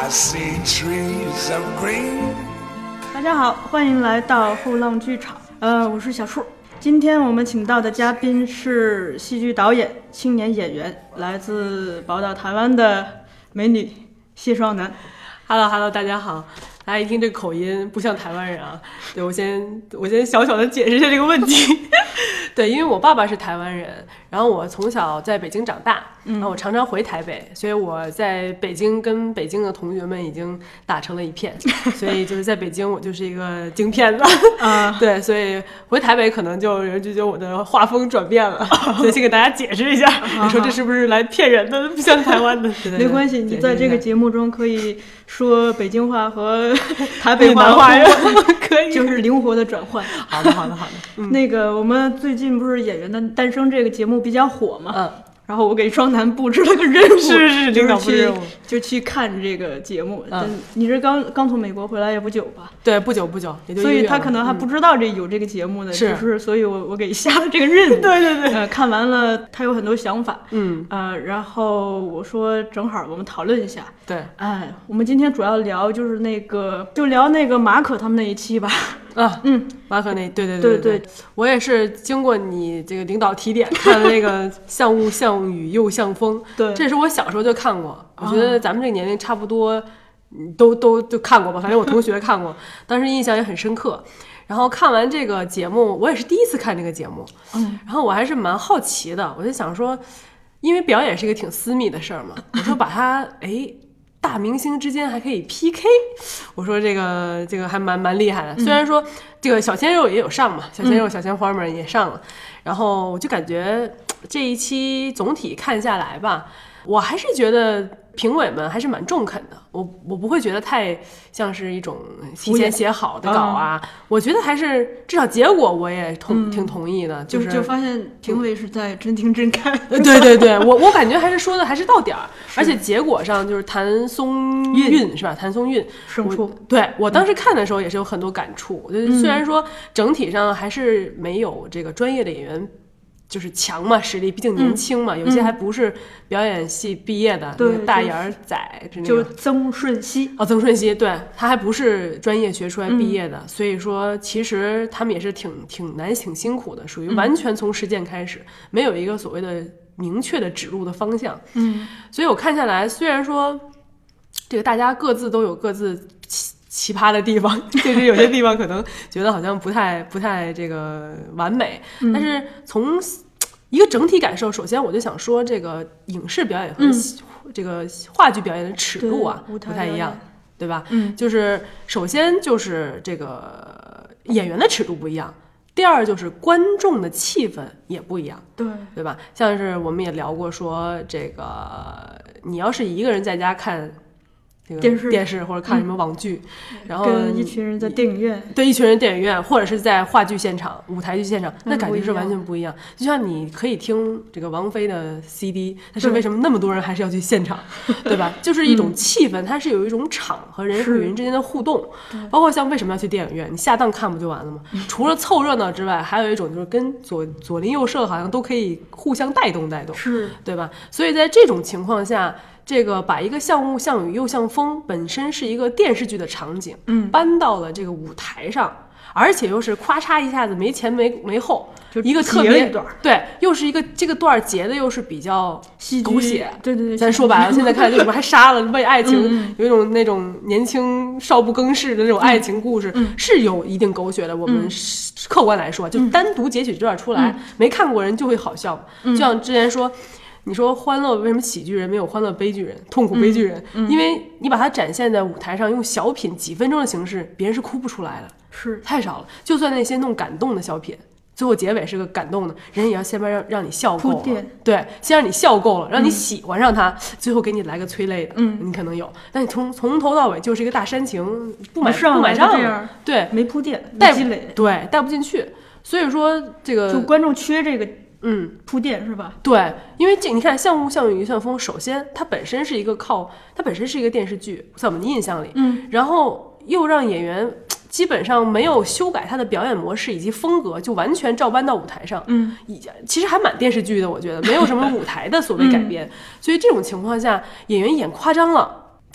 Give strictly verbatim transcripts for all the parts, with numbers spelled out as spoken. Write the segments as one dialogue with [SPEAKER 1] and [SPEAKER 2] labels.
[SPEAKER 1] I see trees of green。
[SPEAKER 2] 大家好，欢迎来到后浪剧场。呃，我是小树。今天我们请到的嘉宾是戏剧导演、青年演员，来自宝岛台湾的美女谢双楠。
[SPEAKER 3] Hello Hello， 大家好。大家一听这个口音不像台湾人啊，对，我先我先小小的解释一下这个问题。对，因为我爸爸是台湾人，然后我从小在北京长大，然后我常常回台北，所以我在北京跟北京的同学们已经打成了一片，所以就是在北京我就是一个京片子啊，对，所以回台北可能就人就觉得我的画风转变了，所以先给大家解释一下，你说这是不是来骗人的，不像台湾的？对对对，
[SPEAKER 2] 没关系，你在这个节目中可以说北京话和台北话
[SPEAKER 3] 话可以，
[SPEAKER 2] 就是灵活的转换。
[SPEAKER 3] 好的，好的，好的。
[SPEAKER 2] 嗯、那个，我们最近不是《演员的诞生》这个节目比较火嘛？嗯。然后我给双楠布置了个任务，
[SPEAKER 3] 是是领导布置任务，
[SPEAKER 2] 就去看这个节目。嗯，你是刚刚从美国回来也不久吧？
[SPEAKER 3] 对，不久不久，也就
[SPEAKER 2] 所以他可能还不知道这有这个节目呢。是、嗯，就是所以我我给下了这个任务。
[SPEAKER 3] 对对对，
[SPEAKER 2] 呃，看完了他有很多想法，
[SPEAKER 3] 嗯
[SPEAKER 2] 呃，然后我说正好我们讨论一下。
[SPEAKER 3] 对，
[SPEAKER 2] 哎，我们今天主要聊就是那个，就聊那个马可他们那一期吧。
[SPEAKER 3] 啊，
[SPEAKER 2] 嗯，
[SPEAKER 3] 马可那，对对
[SPEAKER 2] 对
[SPEAKER 3] 对 对, 对，我也是经过你这个领导提点看的那个像雾像雨又像风，
[SPEAKER 2] 对，
[SPEAKER 3] 这是我小时候就看过，我觉得咱们这个年龄差不多，都都都看过吧，反正我同学看过，当时印象也很深刻。然后看完这个节目，我也是第一次看这个节目，
[SPEAKER 2] 嗯，
[SPEAKER 3] 然后我还是蛮好奇的，我就想说，因为表演是一个挺私密的事儿嘛，我说把它哎。大明星之间还可以 P K， 我说这个这个还蛮蛮厉害的。
[SPEAKER 2] 嗯、
[SPEAKER 3] 虽然说这个小鲜肉也有上嘛，小鲜肉、嗯、小鲜花们也上了，然后我就感觉这一期总体看下来吧，我还是觉得评委们还是蛮中肯的。我我不会觉得太像是一种提前写好的稿啊，嗯、我觉得还是至少结果我也同、嗯、挺同意的，就是
[SPEAKER 2] 就发现评委是在真听真看。
[SPEAKER 3] 对对对，我我感觉还是说的还是到点儿，而且结果上就是谭松韵是吧？谭松韵
[SPEAKER 2] 胜出。
[SPEAKER 3] 对，我当时看的时候也是有很多感触。我觉得虽然说整体上还是没有这个专业的演员。就是强嘛，实力毕竟年轻嘛、嗯，有些还不是表演系毕业的，
[SPEAKER 2] 对、
[SPEAKER 3] 那个大眼仔，
[SPEAKER 2] 就曾舜晞
[SPEAKER 3] 哦，曾舜晞，对他还不是专业学出来毕业的，嗯、所以说其实他们也是挺挺难、挺辛苦的，属于完全从实践开始，嗯、没有一个所谓的明确的指路的方向。
[SPEAKER 2] 嗯，
[SPEAKER 3] 所以我看下来，虽然说这个大家各自都有各自奇葩的地方，就是有些地方可能觉得好像不太不太这个完美，
[SPEAKER 2] 嗯、
[SPEAKER 3] 但是从一个整体感受，首先我就想说，这个影视表演和这个话剧表演的尺度啊、
[SPEAKER 2] 嗯、
[SPEAKER 3] 不太一样，对吧？
[SPEAKER 2] 嗯，
[SPEAKER 3] 就是首先就是这个演员的尺度不一样，第二就是观众的气氛也不一样，
[SPEAKER 2] 对
[SPEAKER 3] 对吧？像是我们也聊过说，这个你要是一个人在家看。这个、
[SPEAKER 2] 电视
[SPEAKER 3] 电视或者看什么网剧、嗯，然后
[SPEAKER 2] 跟一群人在电影院，
[SPEAKER 3] 对，一群人电影院或者是在话剧现场、舞台剧现场，那感觉是完全不一样。就像你可以听这个王菲的 C D， 但是为什么那么多人还是要去现场，对吧？就是一种气氛，它是有一种场和人与人之间的互动，包括像为什么要去电影院，你下档看不就完了吗？除了凑热闹之外，还有一种就是跟左左邻右舍好像都可以互相带动带动，
[SPEAKER 2] 是
[SPEAKER 3] 对吧？所以在这种情况下。这个把一个像雾像雨又像风本身是一个电视剧的场景，
[SPEAKER 2] 嗯，
[SPEAKER 3] 搬到了这个舞台上，而且又是咔嚓一下子没前没没后，就一个特别
[SPEAKER 2] 段，
[SPEAKER 3] 对，又是一个这个段截的又是比较狗血，
[SPEAKER 2] 对对对，
[SPEAKER 3] 咱说白了，现在看这什么还杀了为爱情，
[SPEAKER 2] 嗯、
[SPEAKER 3] 有一种那种年轻少不更事的那种爱情故事，
[SPEAKER 2] 嗯、
[SPEAKER 3] 是有一定狗血的。我们客观来说，嗯、就单独截取这段出来，嗯、没看过人就会好笑，
[SPEAKER 2] 嗯、
[SPEAKER 3] 就像之前说。你说欢乐为什么喜剧人没有欢乐悲剧人，痛苦悲剧人、
[SPEAKER 2] 嗯嗯、
[SPEAKER 3] 因为你把它展现在舞台上，用小品几分钟的形式，别人是哭不出来的，
[SPEAKER 2] 是
[SPEAKER 3] 太少了。就算那些弄感动的小品，最后结尾是个感动的，人也要先让让你笑够了，对，先让你笑够了，让你喜欢上他、嗯、最后给你来个催泪的，
[SPEAKER 2] 嗯，
[SPEAKER 3] 你可能有，但你从从头到尾就是一个大煽情，不买
[SPEAKER 2] 不
[SPEAKER 3] 买账，
[SPEAKER 2] 这样
[SPEAKER 3] 对，
[SPEAKER 2] 没铺垫，
[SPEAKER 3] 带
[SPEAKER 2] 积累，
[SPEAKER 3] 对，带不进去。所以说这个
[SPEAKER 2] 就观众缺这个。
[SPEAKER 3] 嗯，
[SPEAKER 2] 铺垫是吧？
[SPEAKER 3] 对，因为这你看，像雾像雨像风，首先它本身是一个靠，它本身是一个电视剧，在我们的印象里，
[SPEAKER 2] 嗯，
[SPEAKER 3] 然后又让演员基本上没有修改他的表演模式以及风格，就完全照搬到舞台上，
[SPEAKER 2] 嗯，
[SPEAKER 3] 其实还蛮电视剧的，我觉得没有什么舞台的所谓改编，嗯、所以这种情况下，演员演夸张了。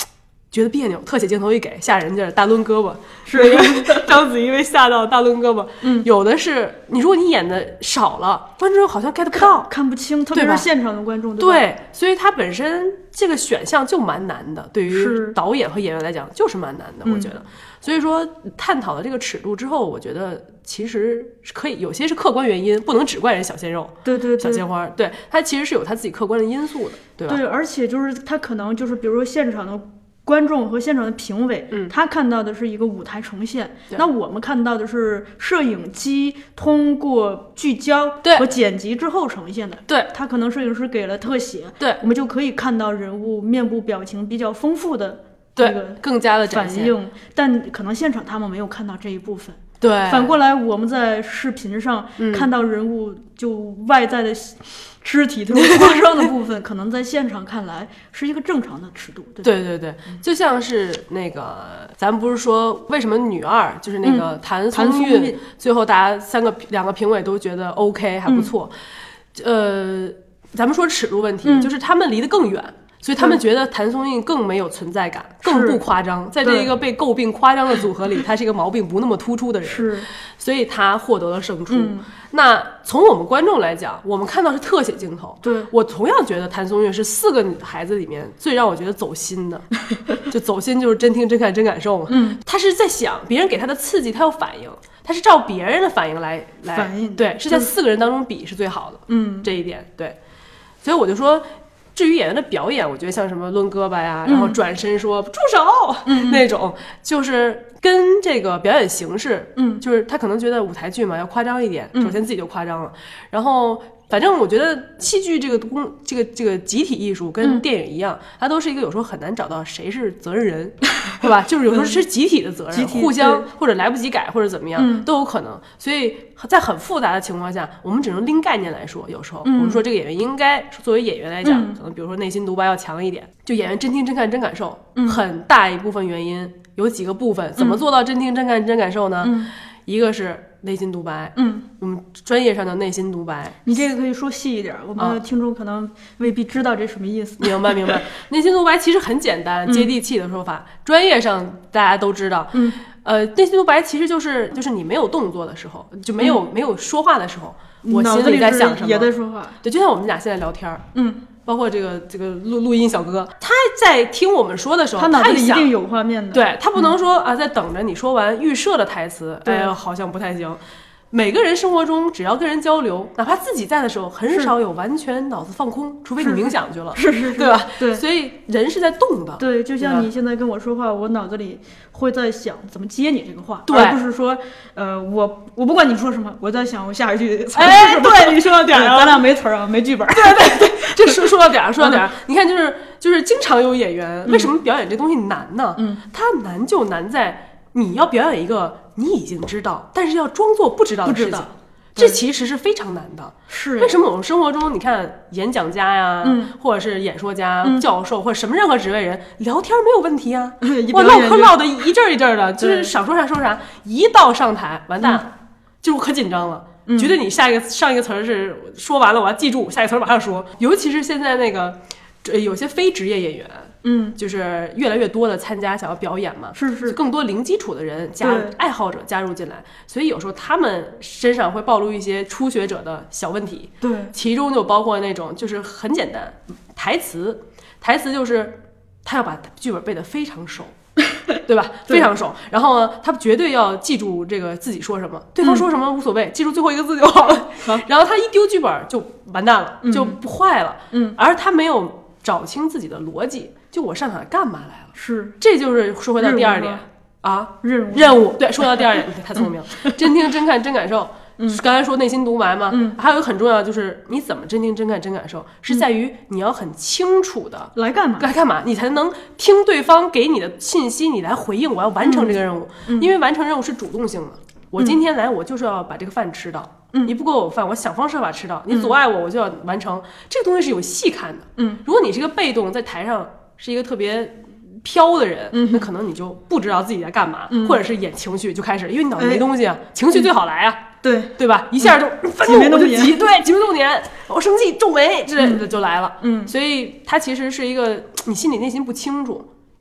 [SPEAKER 3] 觉得别扭，特写镜头一给吓人劲儿，大抡胳膊，是那个章子怡被吓到大抡胳膊。嗯，有的是你如果你演的少了，观众好像 get 不到，
[SPEAKER 2] 看, 看不清，特别是现场的观众， 对,
[SPEAKER 3] 对，所以他本身这个选项就蛮难的，对于导演和演员来讲就是蛮难的，我觉得。嗯，所以说探讨了这个尺度之后，我觉得其实可以有些是客观原因，不能只怪人小鲜肉，
[SPEAKER 2] 对对对，
[SPEAKER 3] 小鲜花，对，他其实是有他自己客观的因素的，对吧？
[SPEAKER 2] 对，而且就是他可能就是比如说现场的观众和现场的评委，嗯，他看到的是一个舞台呈现，那我们看到的是摄影机通过聚焦和剪辑之后呈现的。
[SPEAKER 3] 对，
[SPEAKER 2] 他可能摄影师给了特写，
[SPEAKER 3] 对，
[SPEAKER 2] 我们就可以看到人物面部表情比较丰富的
[SPEAKER 3] 对更加的
[SPEAKER 2] 反应，但可能现场他们没有看到这一部分。
[SPEAKER 3] 对，
[SPEAKER 2] 反过来我们在视频上看到人物就外在的肢体特别夸张的部分，可能在现场看来是一个正常的尺度。对
[SPEAKER 3] 对对对，就像是那个咱们不是说为什么女二就是那个谭松韵，嗯，最后大家三个两个评委都觉得 OK 还不错，嗯，呃，咱们说尺度问题，嗯，就是他们离得更远。所以他们觉得谭松韵更没有存在感，更不夸张，在这一个被诟病夸张的组合里，他是一个毛病不那么突出的人，
[SPEAKER 2] 是，
[SPEAKER 3] 所以他获得了胜出。
[SPEAKER 2] 嗯，
[SPEAKER 3] 那从我们观众来讲，我们看到是特写镜头，
[SPEAKER 2] 对，
[SPEAKER 3] 我同样觉得谭松韵是四个女孩子里面最让我觉得走心的，就走心就是真听真看真感受嘛。
[SPEAKER 2] 嗯，
[SPEAKER 3] 他是在想别人给他的刺激，他有反应，他是照别人的反应来来
[SPEAKER 2] 反应，
[SPEAKER 3] 对，是在四个人当中比是最好的。
[SPEAKER 2] 嗯，
[SPEAKER 3] 这一点对，所以我就说。至于演员的表演，我觉得像什么抡胳膊呀，然后转身说、嗯、住手、嗯、那种，就是跟这个表演形式，嗯，就是他可能觉得舞台剧嘛要夸张一点，首先自己就夸张了，嗯、然后反正我觉得戏剧这个工这个这个集体艺术跟电影一样，嗯、它都是一个有时候很难找到谁是责任人，对吧？就是有时候是集体的责任，互相或者来不及改或者怎么样、嗯、都有可能，所以在很复杂的情况下，我们只能拎概念来说，有时候、嗯、我们说这个演员应该作为演员来讲、嗯、可能比如说内心独白要强一点，就演员真听真看真感受、嗯、很大一部分原因有几个部分，怎么做到真听真看真感受呢、嗯、一个是内心独白，嗯，我们专业上的内心独白，
[SPEAKER 2] 你这个可以说细一点，我们的听众可能未必知道这什么意思。
[SPEAKER 3] 明白明白，内心独白其实很简单、嗯、接地气的说法，专业上大家都知道，嗯，呃，内心独白其实就是就是你没有动作的时候，就没有、嗯、没有说话的时候，我心里在想什么，
[SPEAKER 2] 也在说话，
[SPEAKER 3] 对，就像我们俩现在聊天，嗯。包括这个这个录录音小哥，他在听我们说的时候，
[SPEAKER 2] 他脑子里一定有画面的。
[SPEAKER 3] 对，他不能说、嗯、啊，在等着你说完预设的台词，哎呀，好像不太行。每个人生活中只要跟人交流，哪怕自己在的时候，很少有完全脑子放空，除非你冥想去了，
[SPEAKER 2] 是是是，
[SPEAKER 3] 对吧？
[SPEAKER 2] 对，
[SPEAKER 3] 所以人是在动的。
[SPEAKER 2] 对，就像你现在跟我说话，我脑子里会在想怎么接你这个话，
[SPEAKER 3] 对，
[SPEAKER 2] 而不是说，呃，我我不管你说什么，我在想我下一句词。
[SPEAKER 3] 哎，对，你说到点了，
[SPEAKER 2] 咱俩没词儿啊，没剧本。
[SPEAKER 3] 对对对，这说说到点儿，说到点儿，你看，就是就是经常有演员，为什么表演这东西难呢？嗯，它难就难在你要表演一个你已经知道，但是要装作不知道的事情。这其实是非常难的，
[SPEAKER 2] 是
[SPEAKER 3] 为什么我们生活中，你看演讲家呀，嗯、或者是演说家、嗯、教授或者什么任何职位人聊天没有问题啊，我唠嗑唠的一阵一阵的，就是想说啥说啥，一到上台完蛋，嗯、就可紧张了，嗯、觉得你下一个上一个词儿是说完了，我要记住，下一个词儿马上说，尤其是现在那个有些非职业演员。嗯，就是越来越多的参加想要表演嘛，
[SPEAKER 2] 是是，
[SPEAKER 3] 更多零基础的人加爱好者加入进来，所以有时候他们身上会暴露一些初学者的小问题，
[SPEAKER 2] 对，
[SPEAKER 3] 其中就包括那种就是很简单，台词，台词就是他要把剧本背得非常熟。对吧？对，非常熟。然后呢，他绝对要记住这个自己说什么，对方说什么无所谓，嗯、记住最后一个字就好了。好，然后他一丢剧本就完蛋了，嗯、就不坏了。嗯，而他没有找清自己的逻辑。就我上场干嘛来了？
[SPEAKER 2] 是，
[SPEAKER 3] 这就是说回到第二点啊，
[SPEAKER 2] 任务
[SPEAKER 3] 任务。对，说到第二点，你太聪明了，真听真看真感受。嗯，刚才说内心独白嘛，嗯，还有一个很重要就是你怎么真听真看真感受，是在于你要很清楚的
[SPEAKER 2] 来干嘛
[SPEAKER 3] 来干嘛，你才能听对方给你的信息，你来回应。我要完成这个任务，嗯、因为完成任务是主动性的。我今天来，我就是要把这个饭吃到。嗯，你不给我饭，我想方设法吃到。你阻碍我，我就要完成。这个东西是有戏看的。嗯，如果你是个被动，在台上是一个特别飘的人，嗯、那可能你就不知道自己在干嘛，嗯、或者是演情绪就开始，因为你脑子没东西啊，哎、情绪最好来啊。
[SPEAKER 2] 对
[SPEAKER 3] 对吧？一下就愤怒、嗯、我就急，对，急眉弄眼，我生气、皱眉之类的就来了。嗯，所以它其实是一个你心里内心不清楚，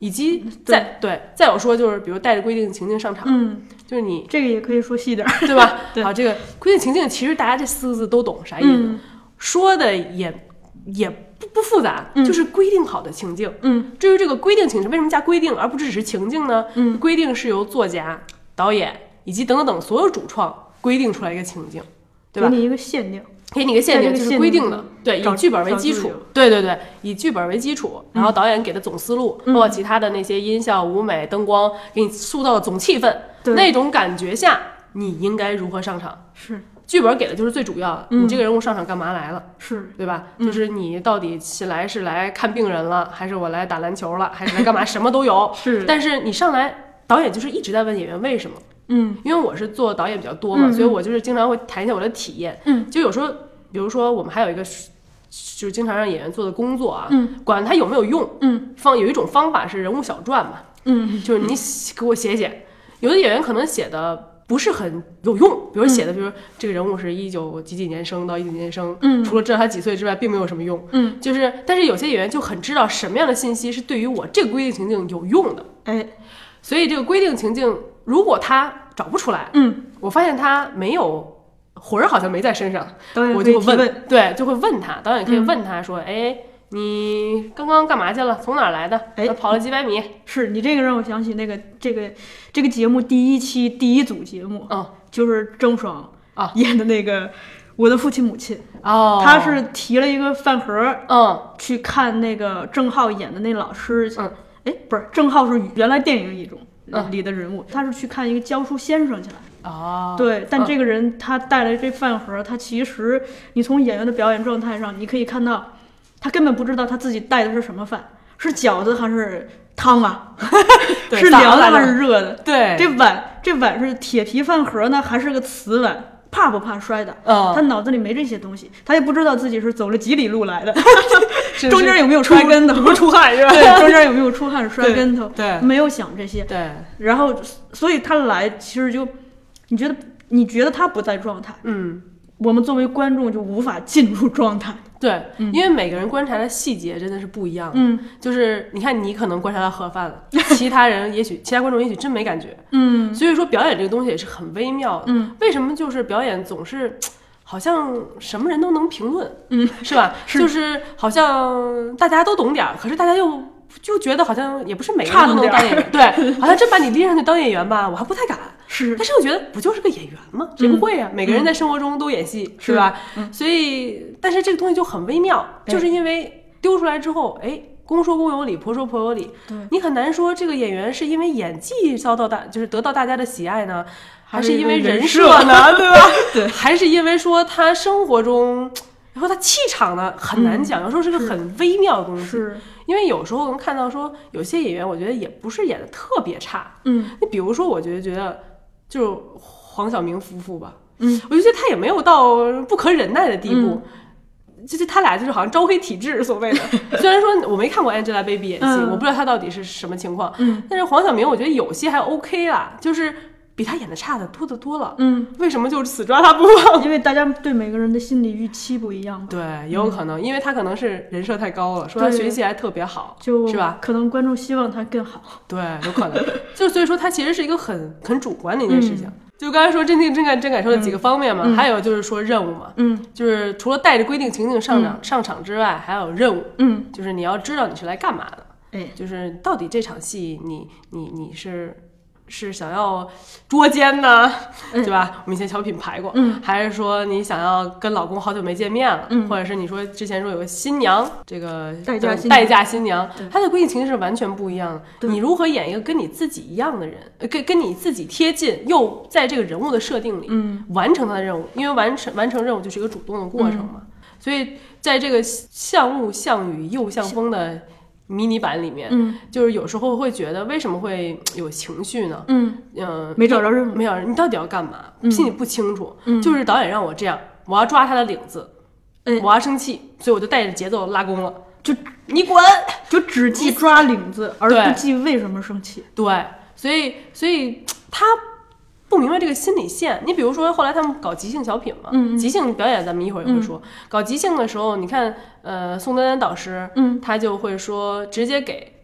[SPEAKER 3] 以及再 对, 对再有说就是比如带着规定情境上场，
[SPEAKER 2] 嗯，
[SPEAKER 3] 就是你
[SPEAKER 2] 这个也可以说细点，
[SPEAKER 3] 对吧？
[SPEAKER 2] 对，
[SPEAKER 3] 好，这个规定情境其实大家这四个字都懂啥意思，
[SPEAKER 2] 嗯、
[SPEAKER 3] 说的也也不不复杂、嗯，就是规定好的情境。
[SPEAKER 2] 嗯，
[SPEAKER 3] 至于这个规定情境为什么加规定而不只是情境呢？
[SPEAKER 2] 嗯，
[SPEAKER 3] 规定是由作家、导演以及等等等所有主创规定出来一个情境，对吧？
[SPEAKER 2] 给你一个限定。
[SPEAKER 3] 给你一个限定，就是规定的，对，以剧本为基础，对对对，以剧本为基础，然后导演给的总思路，
[SPEAKER 2] 嗯、
[SPEAKER 3] 包括其他的那些音效、舞美、灯光，给你塑造的总气氛，那种感觉下，你应该如何上场？
[SPEAKER 2] 是，
[SPEAKER 3] 剧本给的就是最主要的，
[SPEAKER 2] 嗯、
[SPEAKER 3] 你这个人物上场干嘛来了？
[SPEAKER 2] 是，
[SPEAKER 3] 对吧？
[SPEAKER 2] 嗯、
[SPEAKER 3] 就是你到底是来是来看病人了，还是我来打篮球了，还是来干嘛？什么都有。
[SPEAKER 2] 是，
[SPEAKER 3] 但是你上来，导演就是一直在问演员为什么。
[SPEAKER 2] 嗯，
[SPEAKER 3] 因为我是做导演比较多嘛，
[SPEAKER 2] 嗯、
[SPEAKER 3] 所以我就是经常会谈一下我的体验。
[SPEAKER 2] 嗯，
[SPEAKER 3] 就有时候。比如说，我们还有一个就是经常让演员做的工作啊，
[SPEAKER 2] 嗯，
[SPEAKER 3] 管它有没有用，
[SPEAKER 2] 嗯，
[SPEAKER 3] 方有一种方法是人物小传嘛，
[SPEAKER 2] 嗯，
[SPEAKER 3] 就是你给我写写，有的演员可能写的不是很有用，比如写的，比如这个人物是一九几几年生到一几年生，
[SPEAKER 2] 嗯，
[SPEAKER 3] 除了知道他几岁之外，并没有什么用，
[SPEAKER 2] 嗯，
[SPEAKER 3] 就是但是有些演员就很知道什么样的信息是对于我这个规定情境有用的，
[SPEAKER 2] 哎，
[SPEAKER 3] 所以这个规定情境如果他找不出来，
[SPEAKER 2] 嗯，
[SPEAKER 3] 我发现他没有。魂儿好像没在身上，我就会问，对，就会问他，导演可以问他说：“哎、嗯，你刚刚干嘛去了？从哪儿来的？哎，跑了几百米。”
[SPEAKER 2] 是你这个让我想起那个这个这个节目第一期第一组节目，
[SPEAKER 3] 嗯，
[SPEAKER 2] 就是郑爽
[SPEAKER 3] 啊
[SPEAKER 2] 演的那个《我的父亲母亲》
[SPEAKER 3] 哦，
[SPEAKER 2] 他是提了一个饭盒，
[SPEAKER 3] 嗯，
[SPEAKER 2] 去看那个郑浩演的那老师，
[SPEAKER 3] 嗯，
[SPEAKER 2] 哎，不是郑浩是原来电影一种。
[SPEAKER 3] 嗯、
[SPEAKER 2] 里的人物，他是去看一个教书先生去了。
[SPEAKER 3] 哦，
[SPEAKER 2] 对，但这个人、嗯、他带来这饭盒，他其实你从演员的表演状态上，你可以看到，他根本不知道他自己带的是什么饭，是饺子还是汤啊？是凉的还是热的？
[SPEAKER 3] 对，
[SPEAKER 2] 这碗这碗是铁皮饭盒呢，还是个瓷碗？怕不怕摔的？
[SPEAKER 3] 嗯，
[SPEAKER 2] 他脑子里没这些东西，他也不知道自己是走了几里路来的，
[SPEAKER 3] 是
[SPEAKER 2] 中间有没有摔跟头，
[SPEAKER 3] 有没有出汗是吧？
[SPEAKER 2] 对，中间有没有出汗摔跟头？
[SPEAKER 3] 对，
[SPEAKER 2] 没有想这些。
[SPEAKER 3] 对，
[SPEAKER 2] 然后所以他来，其实就你觉得你觉得他不在状态，
[SPEAKER 3] 嗯，
[SPEAKER 2] 我们作为观众就无法进入状态。
[SPEAKER 3] 对、
[SPEAKER 2] 嗯，
[SPEAKER 3] 因为每个人观察的细节真的是不一样的。
[SPEAKER 2] 嗯，
[SPEAKER 3] 就是你看，你可能观察到盒饭了，其他人也许其他观众也许真没感觉。
[SPEAKER 2] 嗯，
[SPEAKER 3] 所以说表演这个东西也是很微妙的。
[SPEAKER 2] 嗯，
[SPEAKER 3] 为什么就是表演总是好像什么人都能评论？
[SPEAKER 2] 嗯，
[SPEAKER 3] 是吧？
[SPEAKER 2] 是
[SPEAKER 3] 就是好像大家都懂点儿，可是大家又就觉得好像也不是每个人都能当演员。对，好像真把你拎上去当演员吧，我还不太敢。
[SPEAKER 2] 是，
[SPEAKER 3] 但是我觉得不就是个演员吗？谁不会啊？嗯、每个人在生活中都演戏，
[SPEAKER 2] 嗯、
[SPEAKER 3] 是吧？
[SPEAKER 2] 嗯、
[SPEAKER 3] 所以，但是这个东西就很微妙，就是因为丢出来之后，哎，公说公有理，婆说婆有理，你很难说这个演员是因为演技遭到大，就是得到大家的喜爱呢，还是因为人设呢，对吧？
[SPEAKER 2] 对，
[SPEAKER 3] 还是因为说他生活中，然后他气场呢，很难讲，有时候是个很微妙的东西。
[SPEAKER 2] 是。
[SPEAKER 3] 因为有时候能看到说，有些演员，我觉得也不是演的特别差。
[SPEAKER 2] 嗯，
[SPEAKER 3] 你比如说，我觉得觉得。就是黄晓明夫妇吧，
[SPEAKER 2] 嗯，
[SPEAKER 3] 我就觉得他也没有到不可忍耐的地步，嗯、就是他俩就是好像招黑体质所谓的。虽然说我没看过 Angelababy 演戏、嗯，我不知道他到底是什么情况，
[SPEAKER 2] 嗯，
[SPEAKER 3] 但是黄晓明我觉得有些还 OK 啦，就是比他演的差的多得多了，
[SPEAKER 2] 嗯，
[SPEAKER 3] 为什么就死抓他不放？
[SPEAKER 2] 因为大家对每个人的心理预期不一样，
[SPEAKER 3] 对，也有可能、嗯，因为他可能是人设太高了，说他学习还特别好，
[SPEAKER 2] 就是
[SPEAKER 3] 吧？
[SPEAKER 2] 可能观众希望他更好，
[SPEAKER 3] 对，有可能，就所以说他其实是一个很很主观的一件事情。嗯，就刚才说真听真感真感受的几个方面嘛、
[SPEAKER 2] 嗯，
[SPEAKER 3] 还有就是说任务嘛，
[SPEAKER 2] 嗯，
[SPEAKER 3] 就是除了带着规定情境上场、
[SPEAKER 2] 嗯、
[SPEAKER 3] 上场之外，还有任务，
[SPEAKER 2] 嗯，
[SPEAKER 3] 就是你要知道你是来干嘛的，
[SPEAKER 2] 哎，
[SPEAKER 3] 就是到底这场戏你你你是是想要捉奸呢，对吧？我们以前小品排过，
[SPEAKER 2] 嗯，
[SPEAKER 3] 还是说你想要跟老公好久没见面了，
[SPEAKER 2] 嗯，
[SPEAKER 3] 或者是你说之前说有个新娘，这个
[SPEAKER 2] 待嫁新
[SPEAKER 3] 待嫁新娘，她的规定情境是完全不一样
[SPEAKER 2] 的。
[SPEAKER 3] 你如何演一个跟你自己一样的人，跟跟你自己贴近，又在这个人物的设定里，
[SPEAKER 2] 嗯，
[SPEAKER 3] 完成他的任务，因为完成完成任务就是一个主动的过程嘛。嗯、所以在这个像雾像雨又像风的迷你版里面，
[SPEAKER 2] 嗯，
[SPEAKER 3] 就是有时候会觉得为什么会有情绪呢？
[SPEAKER 2] 嗯
[SPEAKER 3] 嗯、呃，
[SPEAKER 2] 没找着任务，
[SPEAKER 3] 没有，你到底要干嘛？
[SPEAKER 2] 嗯、
[SPEAKER 3] 心里不清楚、
[SPEAKER 2] 嗯。
[SPEAKER 3] 就是导演让我这样，我要抓他的领子，
[SPEAKER 2] 嗯、
[SPEAKER 3] 我要生气，所以我就带着节奏拉弓了，
[SPEAKER 2] 就
[SPEAKER 3] 你滚，
[SPEAKER 2] 就只记抓领子，而不记为什么生气。
[SPEAKER 3] 对，所以所以他不明白这个心理线。你比如说后来他们搞即兴小品嘛，
[SPEAKER 2] 嗯，
[SPEAKER 3] 即兴表演咱们一会儿也会说、嗯，搞即兴的时候，你看呃宋丹丹导师，
[SPEAKER 2] 嗯，
[SPEAKER 3] 他就会说直接给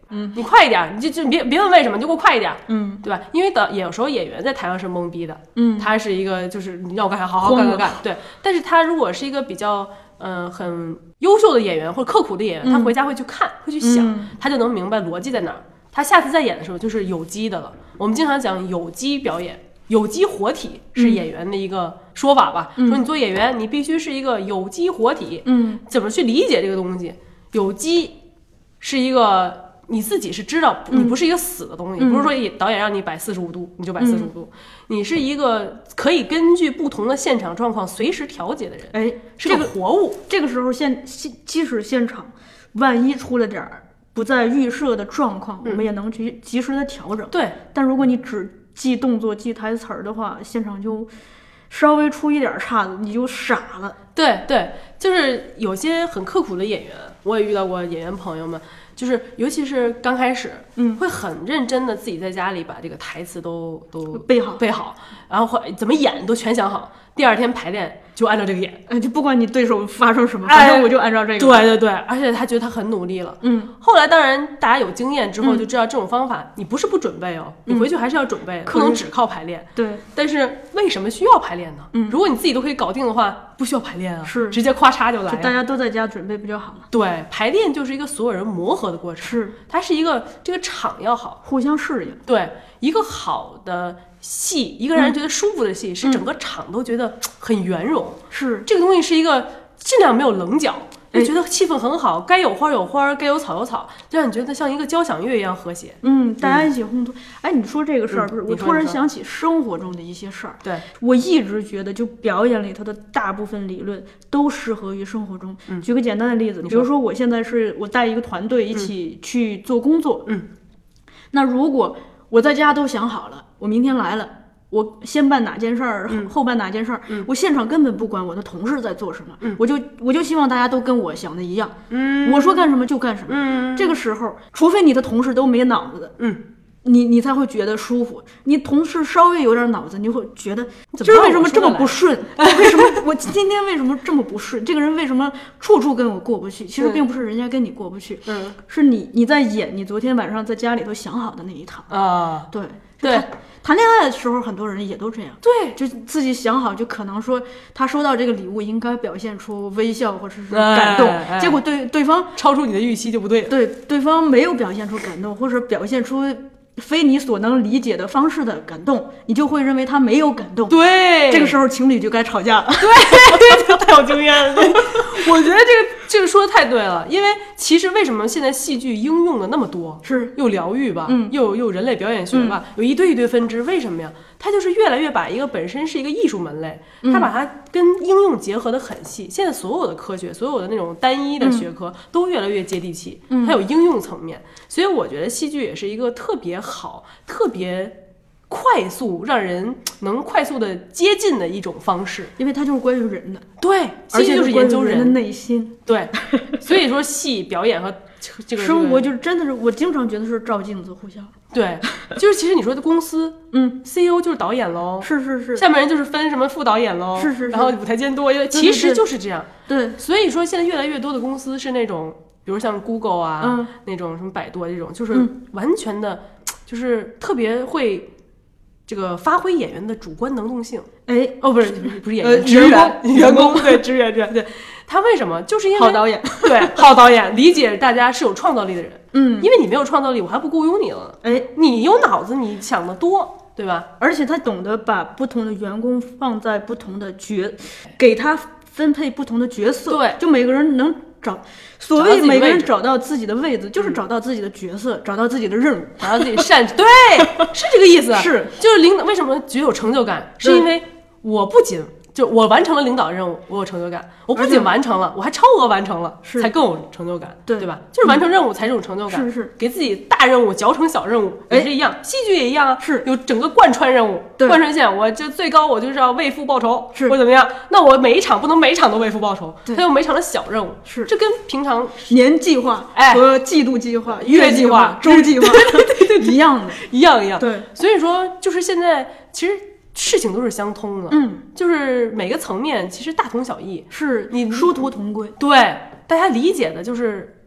[SPEAKER 3] 嗯，你快一点，你就就别别问为什么，你就给我快一点，
[SPEAKER 2] 嗯，
[SPEAKER 3] 对吧？因为的有时候演员在台上是懵逼的，
[SPEAKER 2] 嗯，
[SPEAKER 3] 他是一个就是你让我干啥，好好干干干，对。但是他如果是一个比较嗯、呃、很优秀的演员或者刻苦的演员，
[SPEAKER 2] 嗯、
[SPEAKER 3] 他回家会去看，会去想、
[SPEAKER 2] 嗯，
[SPEAKER 3] 他就能明白逻辑在哪儿。他下次再演的时候就是有机的了。我们经常讲有机表演。有机活体是演员的一个说法吧、嗯、说你做演员你必须是一个有机活体，
[SPEAKER 2] 嗯，
[SPEAKER 3] 怎么去理解这个东西？有机是一个你自己是知道你不是一个死的东西、嗯、不是说导演让你摆四十五度你就摆四十五度、嗯、你是一个可以根据不同的现场状况随时调节的人，
[SPEAKER 2] 哎，
[SPEAKER 3] 是个活物。
[SPEAKER 2] 这个时候现即使现场万一出了点不在预设的状况、嗯、我们也能去及时的调整。
[SPEAKER 3] 对，
[SPEAKER 2] 但如果你只记动作记台词儿的话，现场就稍微出一点岔子你就傻了。
[SPEAKER 3] 对对，就是有些很刻苦的演员，我也遇到过演员朋友们，就是尤其是刚开始，
[SPEAKER 2] 嗯，
[SPEAKER 3] 会很认真的自己在家里把这个台词都都
[SPEAKER 2] 背好
[SPEAKER 3] 背好，然后会怎么演都全想好，第二天排练就按照这个演，
[SPEAKER 2] 哎，就不管你对手发生什么，反正我就按照这个。
[SPEAKER 3] 对对对，而且他觉得他很努力了。
[SPEAKER 2] 嗯，
[SPEAKER 3] 后来当然大家有经验之后就知道这种方法，嗯、你不是不准备哦，你回去还是要准备，
[SPEAKER 2] 嗯、
[SPEAKER 3] 不能只靠排练。
[SPEAKER 2] 对，
[SPEAKER 3] 但是为什么需要排练呢？
[SPEAKER 2] 嗯，
[SPEAKER 3] 如果你自己都可以搞定的话，不需要排练啊，
[SPEAKER 2] 是
[SPEAKER 3] 直接咔嚓就来了。
[SPEAKER 2] 就大家都在家准备不就好了？
[SPEAKER 3] 对，排练就是一个所有人磨合的过程，
[SPEAKER 2] 是
[SPEAKER 3] 它是一个这个场要好，
[SPEAKER 2] 互相适应。
[SPEAKER 3] 对，一个好的戏，一个让人觉得舒服的戏，嗯、是整个场都觉得很圆融。
[SPEAKER 2] 是
[SPEAKER 3] 这个东西是一个尽量没有棱角，就觉得气氛很好，该有花有花，该有草有草，就让你觉得像一个交响乐一样和谐。
[SPEAKER 2] 嗯，大家一起烘托。哎，你说这个事儿，不是、
[SPEAKER 3] 嗯、
[SPEAKER 2] 我突然想起生活中的一些事儿。
[SPEAKER 3] 对，
[SPEAKER 2] 我一直觉得，就表演里头的大部分理论都适合于生活中。
[SPEAKER 3] 嗯，
[SPEAKER 2] 举个简单的例子，比如说我现在是我带一个团队一起去做工作。
[SPEAKER 3] 嗯，
[SPEAKER 2] 那如果我在家都想好了，我明天来了。我先办哪件事儿、
[SPEAKER 3] 嗯，
[SPEAKER 2] 后办哪件事儿、
[SPEAKER 3] 嗯，
[SPEAKER 2] 我现场根本不管我的同事在做什么，
[SPEAKER 3] 嗯、
[SPEAKER 2] 我就我就希望大家都跟我想的一样，
[SPEAKER 3] 嗯，
[SPEAKER 2] 我说干什么就干什么，
[SPEAKER 3] 嗯，
[SPEAKER 2] 这个时候，除非你的同事都没脑子的，
[SPEAKER 3] 嗯，
[SPEAKER 2] 你你才会觉得舒服。你同事稍微有点脑子，你会觉得今儿为什么这么不顺？为什么我今天为什么这么不顺？这个人为什么处处跟我过不去？其实并不是人家跟你过不去，
[SPEAKER 3] 嗯，
[SPEAKER 2] 是你你在演你昨天晚上在家里头想好的那一套
[SPEAKER 3] 啊，
[SPEAKER 2] 对。
[SPEAKER 3] 对，
[SPEAKER 2] 谈恋爱的时候，很多人也都这样。
[SPEAKER 3] 对，
[SPEAKER 2] 就自己想好，就可能说他收到这个礼物应该表现出微笑或者是感动，
[SPEAKER 3] 哎哎、
[SPEAKER 2] 结果对对方
[SPEAKER 3] 超出你的预期就不对了。
[SPEAKER 2] 对，对方没有表现出感动，或者表现出非你所能理解的方式的感动，你就会认为他没有感动。
[SPEAKER 3] 对，
[SPEAKER 2] 这个时候情侣就该吵架了。
[SPEAKER 3] 对，太有经验了。对，我觉得这个这个说的太对了，因为其实为什么现在戏剧应用的那么多，
[SPEAKER 2] 是
[SPEAKER 3] 又疗愈吧，
[SPEAKER 2] 嗯，
[SPEAKER 3] 又又人类表演学吧，嗯、有一堆一堆分支，为什么呀？它就是越来越把一个本身是一个艺术门类，它把它跟应用结合的很细。现在所有的科学，所有的那种单一的学科、嗯、都越来越接地气，它有应用层面。所以我觉得戏剧也是一个特别好、特别快速让人能快速的接近的一种方式，
[SPEAKER 2] 因为它就是关于人的。
[SPEAKER 3] 对，戏剧就是研究
[SPEAKER 2] 人的内心。
[SPEAKER 3] 对，所以说戏表演和这个
[SPEAKER 2] 生活就是真的是，我经常觉得是照镜子互相。
[SPEAKER 3] 对，就是其实你说的公司，
[SPEAKER 2] 嗯
[SPEAKER 3] ，C E O 就是导演喽，
[SPEAKER 2] 是是是，
[SPEAKER 3] 下面人就是分什么副导演喽，
[SPEAKER 2] 是是是，
[SPEAKER 3] 然后舞台监督，因为其实就是这样。
[SPEAKER 2] 对，
[SPEAKER 3] 所以说现在越来越多的公司是那种，比如像 Google 啊，
[SPEAKER 2] 嗯、
[SPEAKER 3] 那种什么百度啊这种，就是完全的，嗯、就是特别会这个发挥演员的主观能动性。
[SPEAKER 2] 哎，
[SPEAKER 3] 哦，不是不是演员，
[SPEAKER 2] 呃、
[SPEAKER 3] 职员员工对职员职员对。他为什么？就是因为
[SPEAKER 2] 好导演，
[SPEAKER 3] 对好导演理解大家是有创造力的人，
[SPEAKER 2] 嗯，
[SPEAKER 3] 因为你没有创造力，我还不雇佣你了。
[SPEAKER 2] 哎，
[SPEAKER 3] 你有脑子，你想得多，对吧？
[SPEAKER 2] 而且他懂得把不同的员工放在不同的角，给他分配不同的角色，
[SPEAKER 3] 对，
[SPEAKER 2] 就每个人能找，所谓每个人找到自己的位置，就是找到自己的角色，嗯、找到自己的任务，
[SPEAKER 3] 找到自己擅对，是这个意思。
[SPEAKER 2] 是，
[SPEAKER 3] 就是领导为什么觉得有成就感，是因为我不仅。就我完成了领导任务，我有成就感。我不仅完成了，我还超额完成了，才更有成就感，
[SPEAKER 2] 对
[SPEAKER 3] 对吧？就是完成任务才是有成就感。
[SPEAKER 2] 是是，
[SPEAKER 3] 给自己大任务嚼成小任务也是一样，戏剧也一样啊。
[SPEAKER 2] 是
[SPEAKER 3] 有整个贯穿任务，贯穿线，我就最高我就是要为父报仇，
[SPEAKER 2] 是
[SPEAKER 3] 或者怎么样？那我每一场不能每一场都为父报仇，它有每场的小任务。
[SPEAKER 2] 是，
[SPEAKER 3] 这跟平常
[SPEAKER 2] 年计划和季度计划、
[SPEAKER 3] 月计划、
[SPEAKER 2] 周计划
[SPEAKER 3] 对对对
[SPEAKER 2] 一样的，
[SPEAKER 3] 一样一样。
[SPEAKER 2] 对，
[SPEAKER 3] 所以说就是现在其实。事情都是相通的，
[SPEAKER 2] 嗯，
[SPEAKER 3] 就是每个层面其实大同小异，
[SPEAKER 2] 是
[SPEAKER 3] 你
[SPEAKER 2] 殊途同归。
[SPEAKER 3] 对，大家理解的就是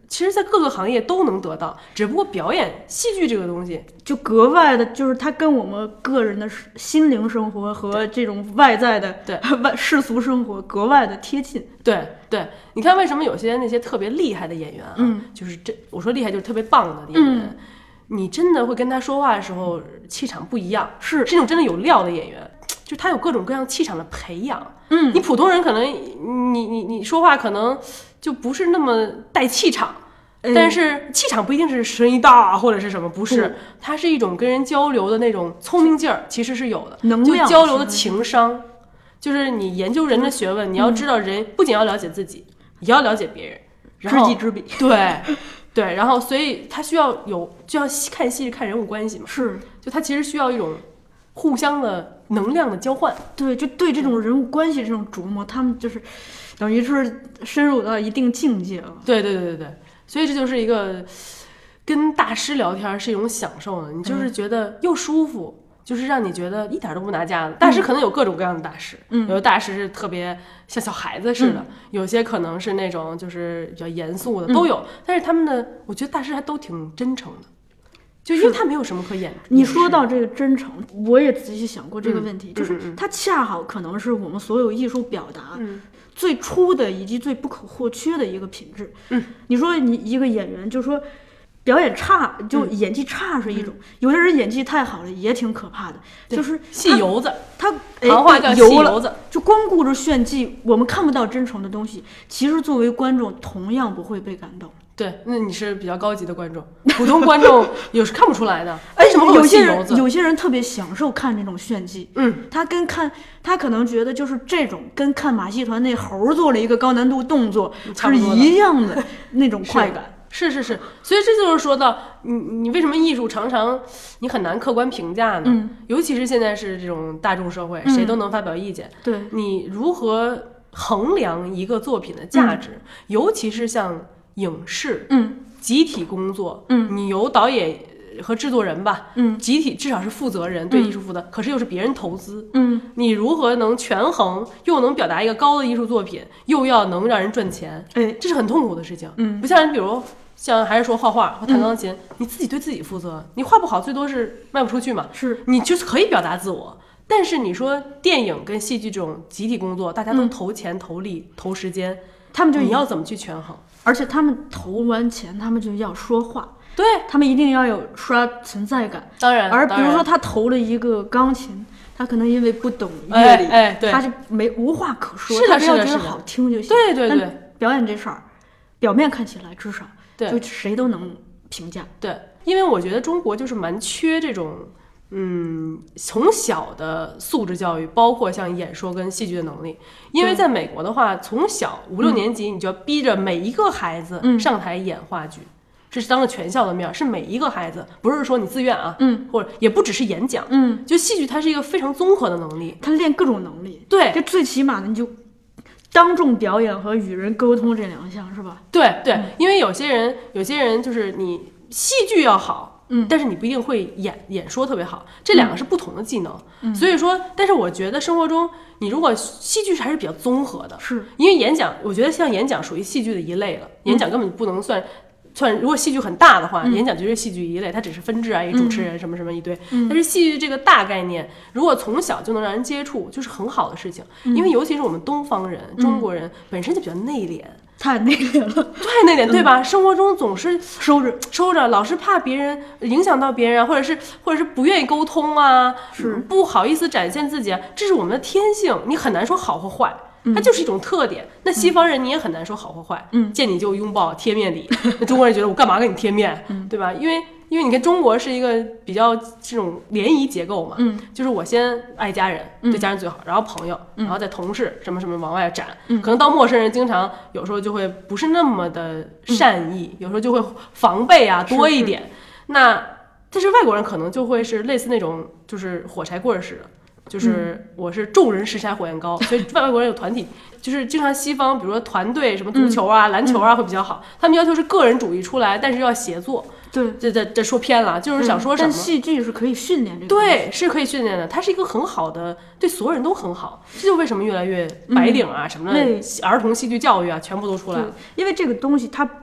[SPEAKER 3] 其实在各个行业都能得到，只不过表演戏剧这个东西
[SPEAKER 2] 就格外的，就是它跟我们个人的心灵生活和这种外在的
[SPEAKER 3] 对
[SPEAKER 2] 外世俗生活格外的贴近。
[SPEAKER 3] 对对，你看为什么有些那些特别厉害的演员啊，
[SPEAKER 2] 嗯，
[SPEAKER 3] 就是这我说厉害就是特别棒的演员，
[SPEAKER 2] 嗯、
[SPEAKER 3] 你真的会跟他说话的时候气场不一样，
[SPEAKER 2] 是
[SPEAKER 3] 是那种真的有料的演员，就是他有各种各样气场的培养。
[SPEAKER 2] 嗯，
[SPEAKER 3] 你普通人可能你你你说话可能就不是那么带气场。但是气场不一定是声音大或者是什么，不是，它是一种跟人交流的那种聪明劲儿，其实是有的，
[SPEAKER 2] 能量
[SPEAKER 3] 就交流的情商，就是你研究人的学问，你要知道人不仅要了解自己，也要了解别人，然后
[SPEAKER 2] 知己知彼，
[SPEAKER 3] 对对，然后所以他需要有，就要看戏看人物关系嘛，
[SPEAKER 2] 是，
[SPEAKER 3] 就他其实需要一种互相的能量的交换，
[SPEAKER 2] 对，就对这种人物关系这种琢磨，他们就是等于是深入到一定境界了，
[SPEAKER 3] 对对对对对。所以这就是一个跟大师聊天是一种享受的，你就是觉得又舒服，嗯、就是让你觉得一点都不拿架子。大师可能有各种各样的大师，嗯，有的大师是特别像小孩子似的，嗯、有些可能是那种就是比较严肃的，嗯、都有。但是他们的，我觉得大师还都挺真诚的，就因为他没有什么可演。
[SPEAKER 2] 你说到这个真诚，我也仔细想过这个问题，
[SPEAKER 3] 嗯、
[SPEAKER 2] 就是它恰好可能是我们所有艺术表达。
[SPEAKER 3] 嗯
[SPEAKER 2] 最初的以及最不可或缺的一个品质。
[SPEAKER 3] 嗯，
[SPEAKER 2] 你说你一个演员，就说表演差，就演技差是一种；嗯、有的人演技太好了，也挺可怕的。就是
[SPEAKER 3] 戏油子，
[SPEAKER 2] 他
[SPEAKER 3] 行话叫戏油子，
[SPEAKER 2] 就光顾着炫技，我们看不到真诚的东西。其实作为观众，同样不会被感动。
[SPEAKER 3] 对，那你是比较高级的观众，普通观众有时看不出来的。
[SPEAKER 2] 哎，
[SPEAKER 3] 为什么会
[SPEAKER 2] 有些人
[SPEAKER 3] 戏油子？
[SPEAKER 2] 有些人特别享受看这种炫技，
[SPEAKER 3] 嗯，
[SPEAKER 2] 他跟看他可能觉得就是这种跟看马戏团那猴做了一个高难度动作是一样的那种快感。
[SPEAKER 3] 是是是，所以这就是说到你你为什么艺术常常你很难客观评价呢？
[SPEAKER 2] 嗯，
[SPEAKER 3] 尤其是现在是这种大众社会，嗯、谁都能发表意见。
[SPEAKER 2] 对，
[SPEAKER 3] 你如何衡量一个作品的价值？
[SPEAKER 2] 嗯、
[SPEAKER 3] 尤其是像影视，
[SPEAKER 2] 嗯。
[SPEAKER 3] 集体工作，
[SPEAKER 2] 嗯，
[SPEAKER 3] 你由导演和制作人吧，
[SPEAKER 2] 嗯，
[SPEAKER 3] 集体至少是负责人，对艺术负责，嗯、可是又是别人投资，
[SPEAKER 2] 嗯，
[SPEAKER 3] 你如何能权衡，又能表达一个高的艺术作品，又要能让人赚钱，
[SPEAKER 2] 哎，
[SPEAKER 3] 这是很痛苦的事情，
[SPEAKER 2] 嗯，
[SPEAKER 3] 不像人，比如像还是说画画或弹钢琴，嗯、你自己对自己负责，你画不好最多是卖不出去嘛，
[SPEAKER 2] 是，
[SPEAKER 3] 你就是可以表达自我。但是你说电影跟戏剧这种集体工作，大家都投钱、投力、投时间，
[SPEAKER 2] 他们就
[SPEAKER 3] 你要怎么去权衡？
[SPEAKER 2] 而且他们投完钱，他们就要说话，
[SPEAKER 3] 对
[SPEAKER 2] 他们一定要有刷存在感。
[SPEAKER 3] 当然，
[SPEAKER 2] 而比如说他投了一个钢琴，他可能因为不懂乐理，
[SPEAKER 3] 哎哎、对
[SPEAKER 2] 他就没无话可说，
[SPEAKER 3] 是的，
[SPEAKER 2] 他只要觉得好听就行。
[SPEAKER 3] 对对对，
[SPEAKER 2] 表演这事儿，表面看起来至少
[SPEAKER 3] 对，
[SPEAKER 2] 就谁都能评价。
[SPEAKER 3] 对，因为我觉得中国就是蛮缺这种。嗯，从小的素质教育，包括像演说跟戏剧的能力，因为在美国的话，从小五六年级你就要逼着每一个孩子上台演话剧，嗯、这是当着全校的面，是每一个孩子，不是说你自愿啊，
[SPEAKER 2] 嗯，
[SPEAKER 3] 或者也不只是演讲，
[SPEAKER 2] 嗯，
[SPEAKER 3] 就戏剧它是一个非常综合的能力，
[SPEAKER 2] 他练各种能力，
[SPEAKER 3] 对，
[SPEAKER 2] 就最起码的你就当众表演和与人沟通这两项是吧？
[SPEAKER 3] 对对，
[SPEAKER 2] 嗯、
[SPEAKER 3] 因为有些人，有些人就是你戏剧要好。
[SPEAKER 2] 嗯，
[SPEAKER 3] 但是你不一定会演演说特别好，这两个是不同的技能。
[SPEAKER 2] 嗯，
[SPEAKER 3] 所以说，但是我觉得生活中，你如果戏剧还是比较综合的，
[SPEAKER 2] 是
[SPEAKER 3] 因为演讲，我觉得像演讲属于戏剧的一类了，嗯、演讲根本不能算算，如果戏剧很大的话，
[SPEAKER 2] 嗯、
[SPEAKER 3] 演讲就是戏剧一类，它只是分支啊，一主持人什么什么一堆。
[SPEAKER 2] 嗯、
[SPEAKER 3] 但是戏剧这个大概念，如果从小就能让人接触，就是很好的事情。嗯、因为尤其是我们东方人、
[SPEAKER 2] 嗯、
[SPEAKER 3] 中国人本身就比较内敛。
[SPEAKER 2] 太内敛了，
[SPEAKER 3] 太内敛，对吧？嗯、生活中总是
[SPEAKER 2] 收着
[SPEAKER 3] 收着，老是怕别人影响到别人，或者是或者是不愿意沟通啊，
[SPEAKER 2] 是
[SPEAKER 3] 不好意思展现自己啊，这是我们的天性，你很难说好或坏，
[SPEAKER 2] 嗯、
[SPEAKER 3] 它就是一种特点。那西方人你也很难说好或坏，
[SPEAKER 2] 嗯，
[SPEAKER 3] 见你就拥抱贴面礼，那中国人觉得我干嘛跟你贴面，
[SPEAKER 2] 嗯、
[SPEAKER 3] 对吧？因为。因为你看中国是一个比较这种联谊结构嘛，
[SPEAKER 2] 嗯，
[SPEAKER 3] 就是我先爱家人，
[SPEAKER 2] 嗯、
[SPEAKER 3] 对家人最好，然后朋友，
[SPEAKER 2] 嗯、
[SPEAKER 3] 然后再同事，什么什么往外展，
[SPEAKER 2] 嗯，
[SPEAKER 3] 可能到陌生人，经常有时候就会不是那么的善意，嗯、有时候就会防备啊多一点。
[SPEAKER 2] 是是
[SPEAKER 3] 那但是外国人可能就会是类似那种就是火柴棍似的。就是我是众人拾柴火焰高，所以外国人有团体，就是经常西方比如说团队什么足球啊、
[SPEAKER 2] 嗯、
[SPEAKER 3] 篮球啊会比较好，他们要求是个人主义出来，但是要协作。
[SPEAKER 2] 对，
[SPEAKER 3] 这这这说偏了，就是想说什么？
[SPEAKER 2] 但戏剧是可以训练这个。
[SPEAKER 3] 对，是可以训练的，它是一个很好的，对所有人都很好。这就为什么越来越白领啊、
[SPEAKER 2] 嗯、
[SPEAKER 3] 什么的儿童戏剧教育啊，全部都出来了。
[SPEAKER 2] 因为这个东西它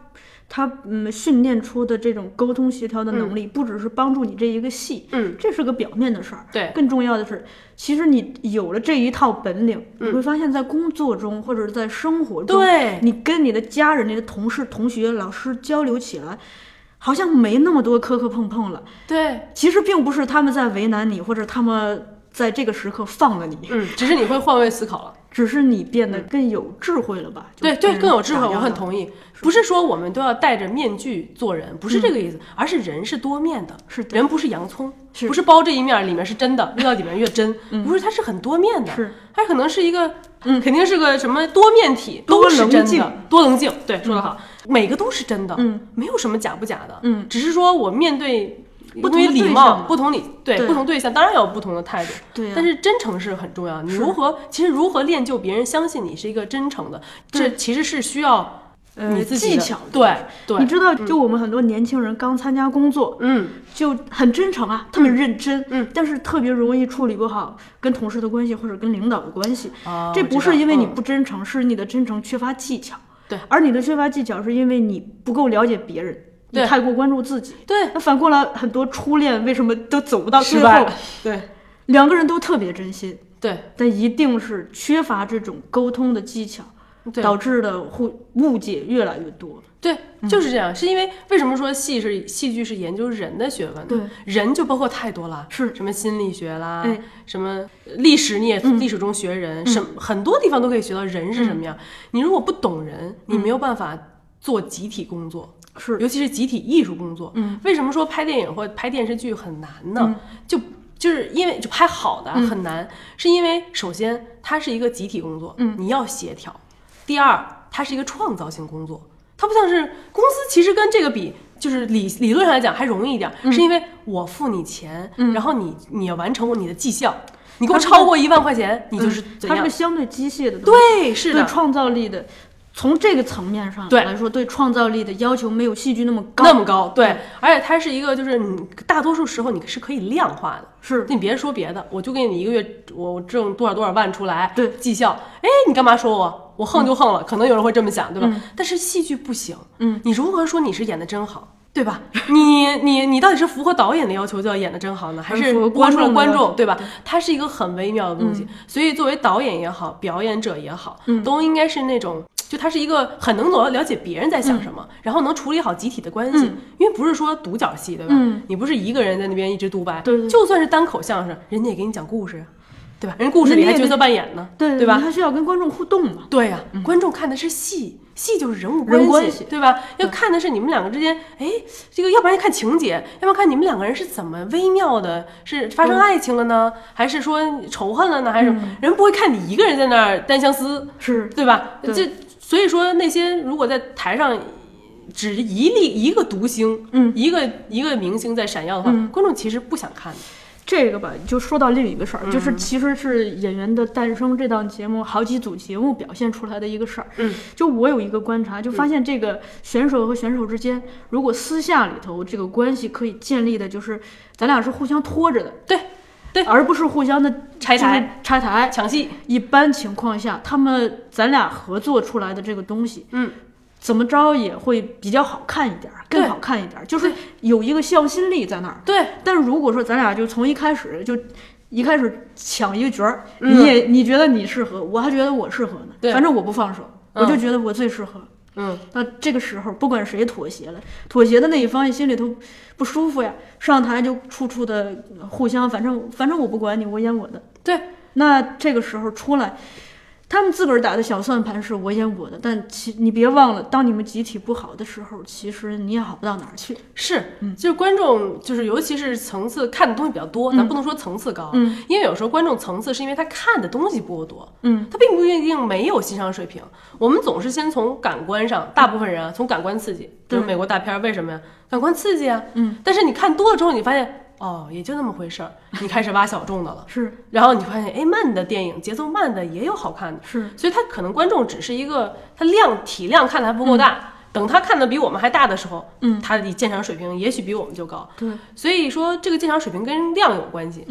[SPEAKER 2] 它嗯训练出的这种沟通协调的能力，嗯、不只是帮助你这一个戏，
[SPEAKER 3] 嗯，
[SPEAKER 2] 这是个表面的事儿，
[SPEAKER 3] 对，
[SPEAKER 2] 更重要的是，其实你有了这一套本领，嗯、你会发现在工作中或者在生活中，
[SPEAKER 3] 对，
[SPEAKER 2] 你跟你的家人、你的同事、同学、老师交流起来。好像没那么多磕磕碰碰了，
[SPEAKER 3] 对，
[SPEAKER 2] 其实并不是他们在为难你，或者他们在这个时刻放了你，
[SPEAKER 3] 嗯，只是你会换位思考了，
[SPEAKER 2] 只是你变得更有智慧了吧？
[SPEAKER 3] 嗯、对对，更有智慧，我很同意。不是说我们都要戴着面具做人，不是这个意思，嗯、而是人是多面的，
[SPEAKER 2] 是的，
[SPEAKER 3] 人不是洋葱，是不是包这一面里面是真的，越到里面越真，嗯、不是，它是很多面的，
[SPEAKER 2] 是，
[SPEAKER 3] 它可能是一个，嗯，肯定是个什么多面体，都是真的，多棱镜，对，说得好。嗯每个都是真的，嗯，没有什么假不假的，嗯，只是说我面对不同礼貌、不同礼对不同对象，当然有不同的态度，
[SPEAKER 2] 对、啊，
[SPEAKER 3] 但是真诚是很重要的。你如何，其实如何练就别人相信你是一个真诚的，这其实是需要你自己的、
[SPEAKER 2] 呃、技巧，
[SPEAKER 3] 对对。
[SPEAKER 2] 你知道，就我们很多年轻人刚参加工作，嗯，就很真诚啊，特别认真，嗯，但是特别容易处理不好跟同事的关系或者跟领导的关系，
[SPEAKER 3] 哦、
[SPEAKER 2] 这不是因为你不真诚，嗯、是你的真诚缺乏技巧。
[SPEAKER 3] 对，
[SPEAKER 2] 而你的缺乏技巧是因为你不够了解别人，你太过关注自己。
[SPEAKER 3] 对，
[SPEAKER 2] 那反过来，很多初恋为什么都走不到最后？
[SPEAKER 3] 对，
[SPEAKER 2] 两个人都特别真心，
[SPEAKER 3] 对，
[SPEAKER 2] 但一定是缺乏这种沟通的技巧，导致的互误解越来越多。
[SPEAKER 3] 对，就是这样。嗯、是因为为什么说戏是戏剧是研究人的学问呢？
[SPEAKER 2] 对，
[SPEAKER 3] 人就包括太多了，
[SPEAKER 2] 是
[SPEAKER 3] 什么心理学啦，
[SPEAKER 2] 哎、
[SPEAKER 3] 什么历史你也历史中学人，嗯、什么很多地方都可以学到人是什么样。嗯、你如果不懂人，你没有办法做集体工作，
[SPEAKER 2] 是、
[SPEAKER 3] 尤其是集体艺术工作。
[SPEAKER 2] 嗯，
[SPEAKER 3] 为什么说拍电影或拍电视剧很难呢？嗯、就就是因为就拍好的很难，嗯、是因为首先它是一个集体工作，嗯，你要协调；第二，它是一个创造性工作。它不像是公司，其实跟这个比，就是理理论上来讲还容易一点，嗯、是因为我付你钱，嗯、然后你你要完成你的绩效，你给我超过一万块钱，你就是怎样？
[SPEAKER 2] 它是相对机械的东西，
[SPEAKER 3] 对，是的，
[SPEAKER 2] 对创造力的。从这个层面上来说，对创造力的要求没有戏剧那么高，
[SPEAKER 3] 那么高，对，对而且它是一个，就是你大多数时候你是可以量化的，
[SPEAKER 2] 是
[SPEAKER 3] 你别说别的，我就给你一个月我挣多少多少万出来，
[SPEAKER 2] 对
[SPEAKER 3] 绩效，哎，你干嘛说我？我横就横了，嗯、可能有人会这么想，对吧？
[SPEAKER 2] 嗯、
[SPEAKER 3] 但是戏剧不行，
[SPEAKER 2] 嗯，
[SPEAKER 3] 你如何说你是演的真好？对吧？你你你到底是符合导演的要求就要演得真好呢，还是观众观众对吧？它是一个很微妙的东西，嗯、所以作为导演也好，表演者也好，
[SPEAKER 2] 嗯、
[SPEAKER 3] 都应该是那种，就他是一个很能了解别人在想什么，嗯、然后能处理好集体的关系。
[SPEAKER 2] 嗯、
[SPEAKER 3] 因为不是说独角戏，对吧？
[SPEAKER 2] 嗯、
[SPEAKER 3] 你不是一个人在那边一直独白，
[SPEAKER 2] 对对
[SPEAKER 3] 就算是单口相声，人家也给你讲故事。对吧？人故事里还角色扮演呢，
[SPEAKER 2] 对
[SPEAKER 3] 对吧？
[SPEAKER 2] 你还需要跟观众互动嘛？
[SPEAKER 3] 对呀、啊，
[SPEAKER 2] 嗯、
[SPEAKER 3] 观众看的是戏，戏就是人物关系，
[SPEAKER 2] 人关系
[SPEAKER 3] 对吧？要看的是你们两个之间，哎，这个要不然看情节，要不然看你们两个人是怎么微妙的，是发生爱情了呢，嗯、还是说仇恨了呢？还是、嗯、人不会看你一个人在那儿单相思，
[SPEAKER 2] 是
[SPEAKER 3] 对吧？
[SPEAKER 2] 对
[SPEAKER 3] 这所以说那些如果在台上只一粒一个独星，
[SPEAKER 2] 嗯，
[SPEAKER 3] 一个一个明星在闪耀的话，
[SPEAKER 2] 嗯、
[SPEAKER 3] 观众其实不想看的。
[SPEAKER 2] 这个吧，就说到另一个事儿，
[SPEAKER 3] 嗯、
[SPEAKER 2] 就是其实是《演员的诞生》这档节目好几组节目表现出来的一个事儿。
[SPEAKER 3] 嗯，
[SPEAKER 2] 就我有一个观察，就发现这个选手和选手之间，如果私下里头这个关系可以建立的，就是咱俩是互相拖着的，
[SPEAKER 3] 对，对，
[SPEAKER 2] 而不是互相的
[SPEAKER 3] 拆台、
[SPEAKER 2] 拆台、
[SPEAKER 3] 抢戏。
[SPEAKER 2] 一般情况下，他们咱俩合作出来的这个东西，
[SPEAKER 3] 嗯。
[SPEAKER 2] 怎么着也会比较好看一点，更好看一点，就是有一个向心力在那儿。
[SPEAKER 3] 对，
[SPEAKER 2] 但如果说咱俩就从一开始就一开始抢一个角儿，
[SPEAKER 3] 嗯、
[SPEAKER 2] 你也你觉得你适合，我还觉得我适合呢，
[SPEAKER 3] 对，
[SPEAKER 2] 反正我不放手，
[SPEAKER 3] 嗯、
[SPEAKER 2] 我就觉得我最适合。
[SPEAKER 3] 嗯，
[SPEAKER 2] 那这个时候不管谁妥协了，妥协的那一方心里头不舒服呀，上台就处处的互相，反正反正我不管你，我演我的。
[SPEAKER 3] 对，
[SPEAKER 2] 那这个时候出来。他们自个儿打的小算盘是我演我的，但其你别忘了，当你们集体不好的时候，其实你也好不到哪儿去。
[SPEAKER 3] 是，
[SPEAKER 2] 嗯，
[SPEAKER 3] 就是观众，就是尤其是层次看的东西比较多，
[SPEAKER 2] 嗯、
[SPEAKER 3] 咱不能说层次高，
[SPEAKER 2] 嗯，
[SPEAKER 3] 因为有时候观众层次是因为他看的东西不够多，
[SPEAKER 2] 嗯，
[SPEAKER 3] 他并不一定没有欣赏水平。我们总是先从感官上，大部分人啊，从感官刺激，比如美国大片为什么呀？感官刺激啊，
[SPEAKER 2] 嗯，
[SPEAKER 3] 但是你看多了之后，你发现。哦，也就那么回事儿，你开始挖小众的了，
[SPEAKER 2] 是，
[SPEAKER 3] 然后你发现，哎，慢的电影节奏慢的也有好看的，
[SPEAKER 2] 是，
[SPEAKER 3] 所以他可能观众只是一个他量体量看的还不够大，嗯、等他看的比我们还大的时候，
[SPEAKER 2] 嗯，
[SPEAKER 3] 他的鉴赏水平也许比我们就高，
[SPEAKER 2] 对，
[SPEAKER 3] 所以说这个鉴赏水平跟量有关系，
[SPEAKER 2] 嗯，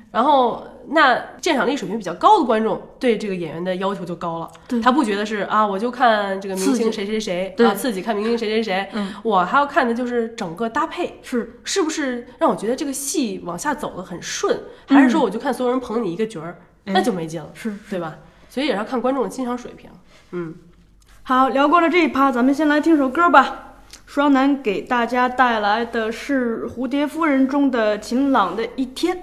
[SPEAKER 3] 然后那鉴赏力水平比较高的观众对这个演员的要求就高了，他不觉得是啊，我就看这个明星谁谁谁啊，刺激看明星谁谁谁，嗯，我还要看的就是整个搭配
[SPEAKER 2] 是
[SPEAKER 3] 是不是让我觉得这个戏往下走的很顺，还是说我就看所有人捧你一个角儿，嗯、那就没劲了，
[SPEAKER 2] 是
[SPEAKER 3] 对吧？所以也是要看观众的欣赏水平。嗯，
[SPEAKER 2] 好，聊过了这一趴，咱们先来听首歌吧。双男给大家带来的是《蝴蝶夫人》中的晴朗的一天。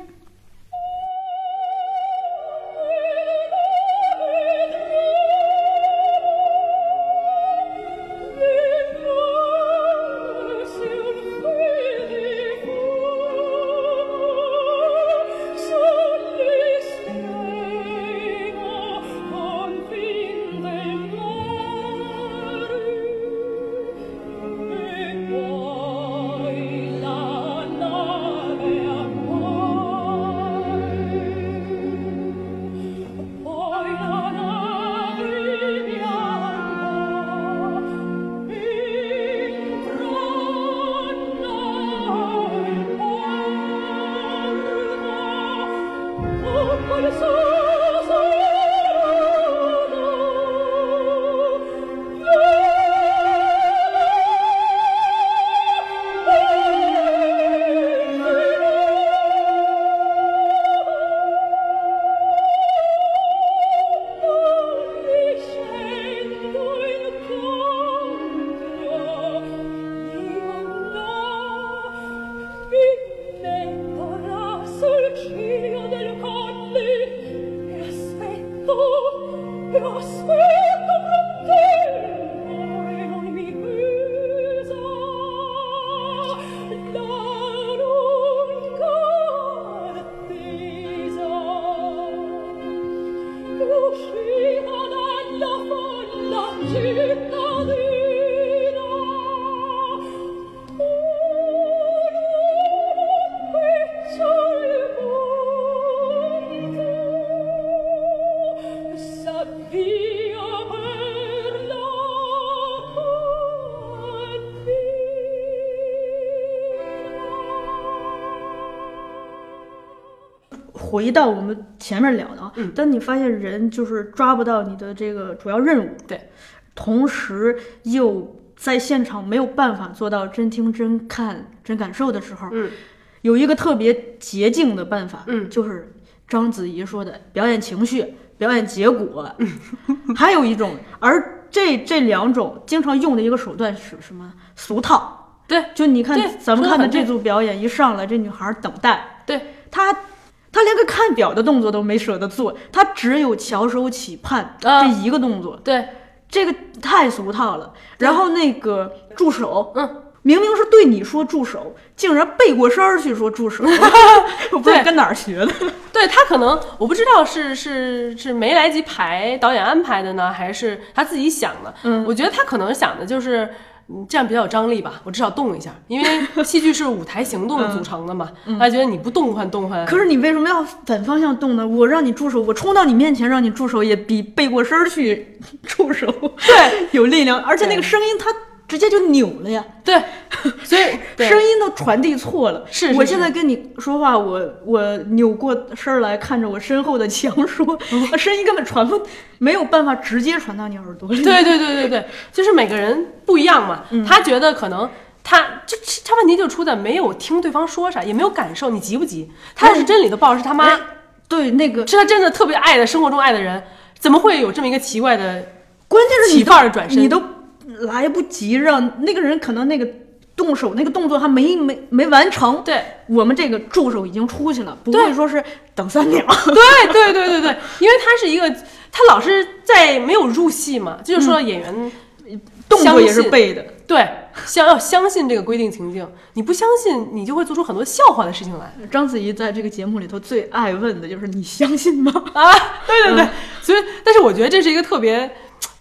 [SPEAKER 2] 回到我们前面聊的啊，嗯，当你发现人就是抓不到你的这个主要任务，
[SPEAKER 3] 对，
[SPEAKER 2] 同时又在现场没有办法做到真听真看真感受的时候，
[SPEAKER 3] 嗯，
[SPEAKER 2] 有一个特别捷径的办法，
[SPEAKER 3] 嗯，
[SPEAKER 2] 就是章子怡说的表演情绪、表演结果，嗯，还有一种，而这这两种经常用的一个手段是什么？俗套，
[SPEAKER 3] 对，
[SPEAKER 2] 就你看咱们看的这组表演，一上来这女孩等待，
[SPEAKER 3] 对，
[SPEAKER 2] 她。他连个看表的动作都没舍得做，他只有翘首企盼、
[SPEAKER 3] 啊、
[SPEAKER 2] 这一个动作。
[SPEAKER 3] 对，
[SPEAKER 2] 这个太俗套了。然后那个助手，
[SPEAKER 3] 嗯，
[SPEAKER 2] 明明是对你说助手，竟然背过身去说助手，我不知道跟哪儿学的。
[SPEAKER 3] 对，他可能我不知道是是是没来及排导演安排的呢，还是他自己想的。
[SPEAKER 2] 嗯，
[SPEAKER 3] 我觉得他可能想的就是。嗯，这样比较有张力吧，我至少动一下，因为戏剧是舞台行动组成的嘛，
[SPEAKER 2] 嗯、
[SPEAKER 3] 他觉得你不动换动换。
[SPEAKER 2] 可是你为什么要反方向动呢？我让你助手，我冲到你面前让你助手，也比背过身去助手
[SPEAKER 3] 对
[SPEAKER 2] 有力量，而且那个声音它直接就扭了呀。
[SPEAKER 3] 对，所以
[SPEAKER 2] 声音都传递错了。
[SPEAKER 3] 是，是
[SPEAKER 2] 我现在跟你说话，我我扭过身来看着我身后的墙说，嗯、声音根本传不，没有办法直接传到你耳朵里。
[SPEAKER 3] 对对对对对，就是每个人不一样嘛。嗯、他觉得可能他就他问题就出在没有听对方说啥，也没有感受，你急不急？他要是真里头抱着是他妈，
[SPEAKER 2] 哎、对那个
[SPEAKER 3] 是他真的特别爱的生活中爱的人，怎么会有这么一个奇怪的？
[SPEAKER 2] 关键是你
[SPEAKER 3] 起范儿转身，
[SPEAKER 2] 你都。来不及让那个人可能那个动手那个动作还没没没完成，
[SPEAKER 3] 对，
[SPEAKER 2] 我们这个助手已经出去了，不会说是等三秒。
[SPEAKER 3] 对对对对对，因为他是一个，他老是在没有入戏嘛，这就是说演员、
[SPEAKER 2] 嗯、动作也是背的，
[SPEAKER 3] 对，相要相信这个规定情境，你不相信，你就会做出很多笑话的事情来。
[SPEAKER 2] 章子怡在这个节目里头最爱问的就是你相信吗？
[SPEAKER 3] 啊，对对对，
[SPEAKER 2] 嗯、
[SPEAKER 3] 所以但是我觉得这是一个特别。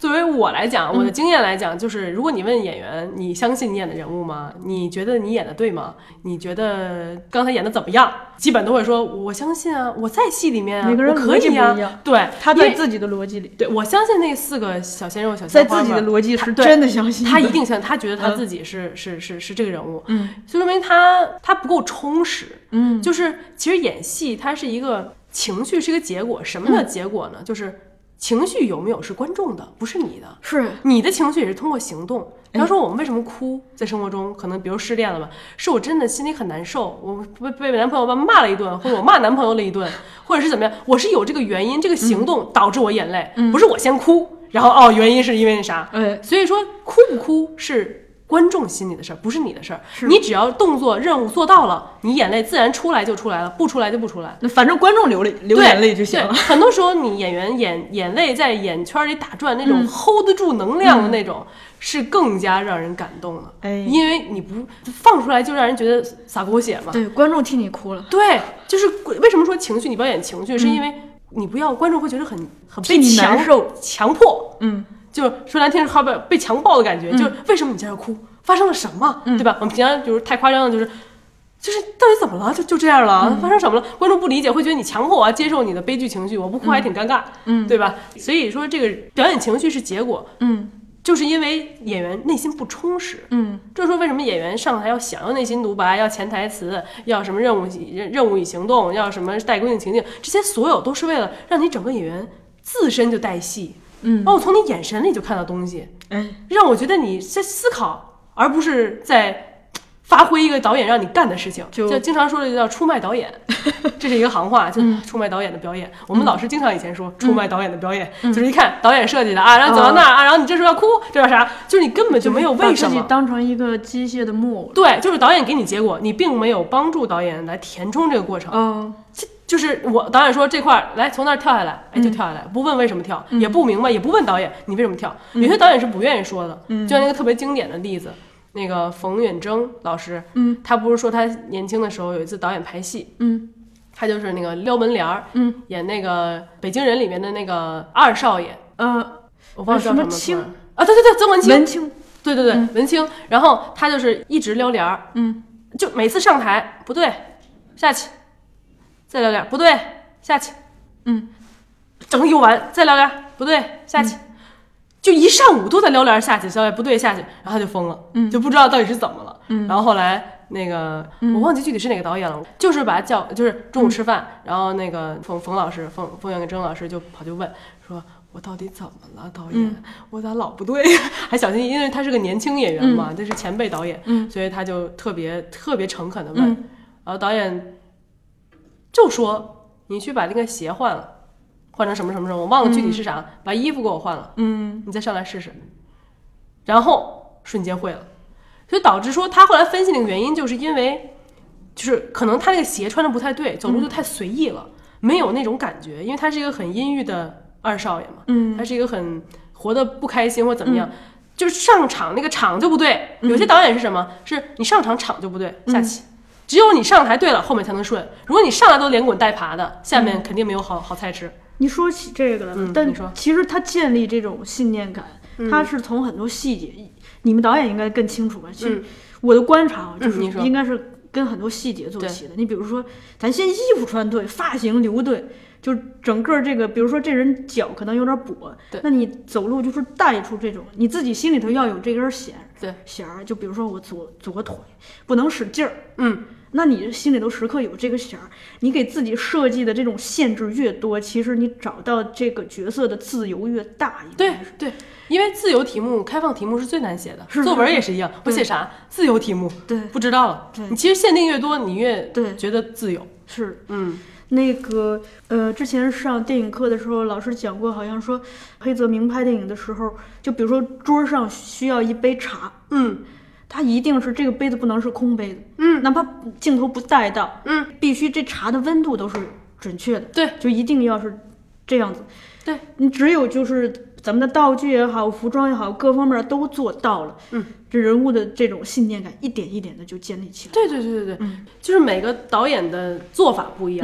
[SPEAKER 3] 作为我来讲，我的经验来讲，就是如果你问演员，你相信你演的人物吗？你觉得你演的对吗？你觉得刚才演的怎么样？基本都会说我相信啊，我在戏里面啊，
[SPEAKER 2] 每个人
[SPEAKER 3] 我可以
[SPEAKER 2] 啊，
[SPEAKER 3] 对，
[SPEAKER 2] 他在自己的逻辑里，
[SPEAKER 3] 对我相信那四个小鲜肉、小
[SPEAKER 2] 鲜花在自己的逻辑是真的相信，
[SPEAKER 3] 他一定相信，他觉得他自己是、嗯、是是是这个人物，
[SPEAKER 2] 嗯，
[SPEAKER 3] 就说明他他不够充实，
[SPEAKER 2] 嗯，
[SPEAKER 3] 就是其实演戏它是一个情绪是一个结果，什么叫结果呢？嗯、就是情绪有没有是观众的，不是你的，
[SPEAKER 2] 是
[SPEAKER 3] 你的情绪也是通过行动。比方说我们为什么哭，在生活中可能比如失恋了吧，是我真的心里很难受，我被被男朋友吧骂了一顿，或者我骂男朋友了一顿，或者是怎么样，我是有这个原因，这个行动导致我眼泪，嗯、不是我先哭，然后哦原因是因为那啥，
[SPEAKER 2] 嗯、
[SPEAKER 3] 所以说哭不哭是观众心里的事儿，不是你的事儿。你只要动作任务做到了，你眼泪自然出来就出来了，不出来就不出来。
[SPEAKER 2] 那反正观众流泪流眼泪就行了。
[SPEAKER 3] 很多时候你演员眼眼泪在眼圈里打转，那种 hold 得住能量的那种，嗯、是更加让人感动的。
[SPEAKER 2] 哎，
[SPEAKER 3] 因为你不放出来就让人觉得洒狗血嘛。
[SPEAKER 2] 对，观众替你哭了。
[SPEAKER 3] 对，就是为什么说情绪你表演情绪，是因为你不要观众会觉得很很被强
[SPEAKER 2] 受
[SPEAKER 3] 强迫。
[SPEAKER 2] 嗯。
[SPEAKER 3] 就说难听是好比被强暴的感觉，嗯、就是为什么你在这哭？发生了什么？嗯、对吧？我们平常就是太夸张了，就是就是到底怎么了？就就这样了，嗯、发生什么了？观众不理解，会觉得你强迫我要接受你的悲剧情绪，我不哭还挺尴尬，
[SPEAKER 2] 嗯，
[SPEAKER 3] 对吧？所以说这个表演情绪是结果，
[SPEAKER 2] 嗯，
[SPEAKER 3] 就是因为演员内心不充实，
[SPEAKER 2] 嗯，
[SPEAKER 3] 这是说为什么演员上台要想要内心独白，要潜台词，要什么任务任务与行动，要什么带规定情境，这些所有都是为了让你整个演员自身就带戏。
[SPEAKER 2] 嗯，
[SPEAKER 3] 然后我从你眼神里就看到东西，
[SPEAKER 2] 哎，
[SPEAKER 3] 让我觉得你在思考，而不是在发挥一个导演让你干的事情。
[SPEAKER 2] 就
[SPEAKER 3] 就经常说的就叫出卖导演，这是一个行话，就出卖导演的表演。嗯、我们老师经常以前说、嗯、出卖导演的表演，嗯、就是一看导演设计的啊，然后走到那儿、哦、啊，然后你这时候要哭，这叫啥？就是你根本就没有为什么，
[SPEAKER 2] 把自己当成一个机械的木偶。
[SPEAKER 3] 对，就是导演给你结果，你并没有帮助导演来填充这个过程。
[SPEAKER 2] 嗯。
[SPEAKER 3] 就是我导演说这块来从那儿跳下来，哎就跳下来，嗯、不问为什么跳，
[SPEAKER 2] 嗯、
[SPEAKER 3] 也不明白，也不问导演你为什么跳。
[SPEAKER 2] 嗯、
[SPEAKER 3] 有些导演是不愿意说的，
[SPEAKER 2] 嗯、
[SPEAKER 3] 就像那个特别经典的例子，那个冯远征老师，
[SPEAKER 2] 嗯，
[SPEAKER 3] 他不是说他年轻的时候有一次导演排戏，
[SPEAKER 2] 嗯，
[SPEAKER 3] 他就是那个撩门帘儿，
[SPEAKER 2] 嗯，
[SPEAKER 3] 演那个《北京人》里面的那个二少爷，
[SPEAKER 2] 呃，
[SPEAKER 3] 我忘了叫
[SPEAKER 2] 什么清
[SPEAKER 3] 啊，对对对，曾文清，
[SPEAKER 2] 文清，
[SPEAKER 3] 对对对，
[SPEAKER 2] 嗯、
[SPEAKER 3] 文清，然后他就是一直撩帘儿，
[SPEAKER 2] 嗯，
[SPEAKER 3] 就每次上台不对，下去，再撩帘不对。下去，
[SPEAKER 2] 嗯，
[SPEAKER 3] 整理完再撩帘，不对，下去，嗯、就一上午都在撩帘下去，撩帘不对下去，然后他就疯了，
[SPEAKER 2] 嗯，
[SPEAKER 3] 就不知道到底是怎么了，
[SPEAKER 2] 嗯，
[SPEAKER 3] 然后后来那个、嗯、我忘记具体是哪个导演了，就是把他叫，就是中午吃饭，嗯、然后那个冯冯老师，冯冯远征老师就跑去问说。我到底怎么了，导演？
[SPEAKER 2] 嗯、
[SPEAKER 3] 我咋老不对？还小心，因为他是个年轻演员嘛，这、嗯、是前辈导演，
[SPEAKER 2] 嗯，
[SPEAKER 3] 所以他就特别特别诚恳的问，
[SPEAKER 2] 嗯、
[SPEAKER 3] 然后导演就说。你去把那个鞋换了，换成什么什么什么，我忘了具体是啥，嗯、把衣服给我换了，
[SPEAKER 2] 嗯，
[SPEAKER 3] 你再上来试试，然后瞬间会了，所以导致说他后来分析那个原因，就是因为就是可能他那个鞋穿的不太对，走路就太随意了，嗯、没有那种感觉，因为他是一个很阴郁的二少爷嘛，
[SPEAKER 2] 嗯，
[SPEAKER 3] 他是一个很活得不开心或怎么样，
[SPEAKER 2] 嗯、
[SPEAKER 3] 就是上场那个场就不对，有些导演是什么？是你上场场就不对，下棋。嗯只有你上台对了，后面才能顺。如果你上来都连滚带爬的，下面肯定没有好、嗯、好菜吃。
[SPEAKER 2] 你说起这个了，
[SPEAKER 3] 嗯、
[SPEAKER 2] 但其实他建立这种信念感，嗯、他是从很多细节，你们导演应该更清楚吧？其实我的观察就是应该是跟很多细节做起的。嗯、你比如说，咱先衣服穿对，发型留对，就整个这个，比如说这人脚可能有点跛，那你走路就是带出这种，你自己心里头要有这根弦，
[SPEAKER 3] 对
[SPEAKER 2] 弦儿。就比如说我左左腿不能使劲儿，
[SPEAKER 3] 嗯。
[SPEAKER 2] 那你心里头时刻有这个弦儿，你给自己设计的这种限制越多，其实你找到这个角色的自由越大。
[SPEAKER 3] 对对，因为自由题目、开放题目是最难写的，
[SPEAKER 2] 是
[SPEAKER 3] 作文也是一样。我写啥？自由题目，
[SPEAKER 2] 对，
[SPEAKER 3] 不知道了。你其实限定越多，你越
[SPEAKER 2] 对
[SPEAKER 3] 觉得自由。
[SPEAKER 2] 是，
[SPEAKER 3] 嗯，
[SPEAKER 2] 那个呃，之前上电影课的时候，老师讲过，好像说黑泽明拍电影的时候，就比如说桌上需要一杯茶，
[SPEAKER 3] 嗯。
[SPEAKER 2] 它一定是这个杯子不能是空杯子，
[SPEAKER 3] 嗯，
[SPEAKER 2] 哪怕镜头不带到，
[SPEAKER 3] 嗯，
[SPEAKER 2] 必须这茶的温度都是准确的，
[SPEAKER 3] 对，
[SPEAKER 2] 就一定要是这样子，
[SPEAKER 3] 对，
[SPEAKER 2] 你只有就是咱们的道具也好，服装也好，各方面都做到了，
[SPEAKER 3] 嗯，
[SPEAKER 2] 这人物的这种信念感一点一点的就建立起来，
[SPEAKER 3] 对对对对对，
[SPEAKER 2] 嗯，
[SPEAKER 3] 就是每个导演的做法不一样，
[SPEAKER 2] 嗯，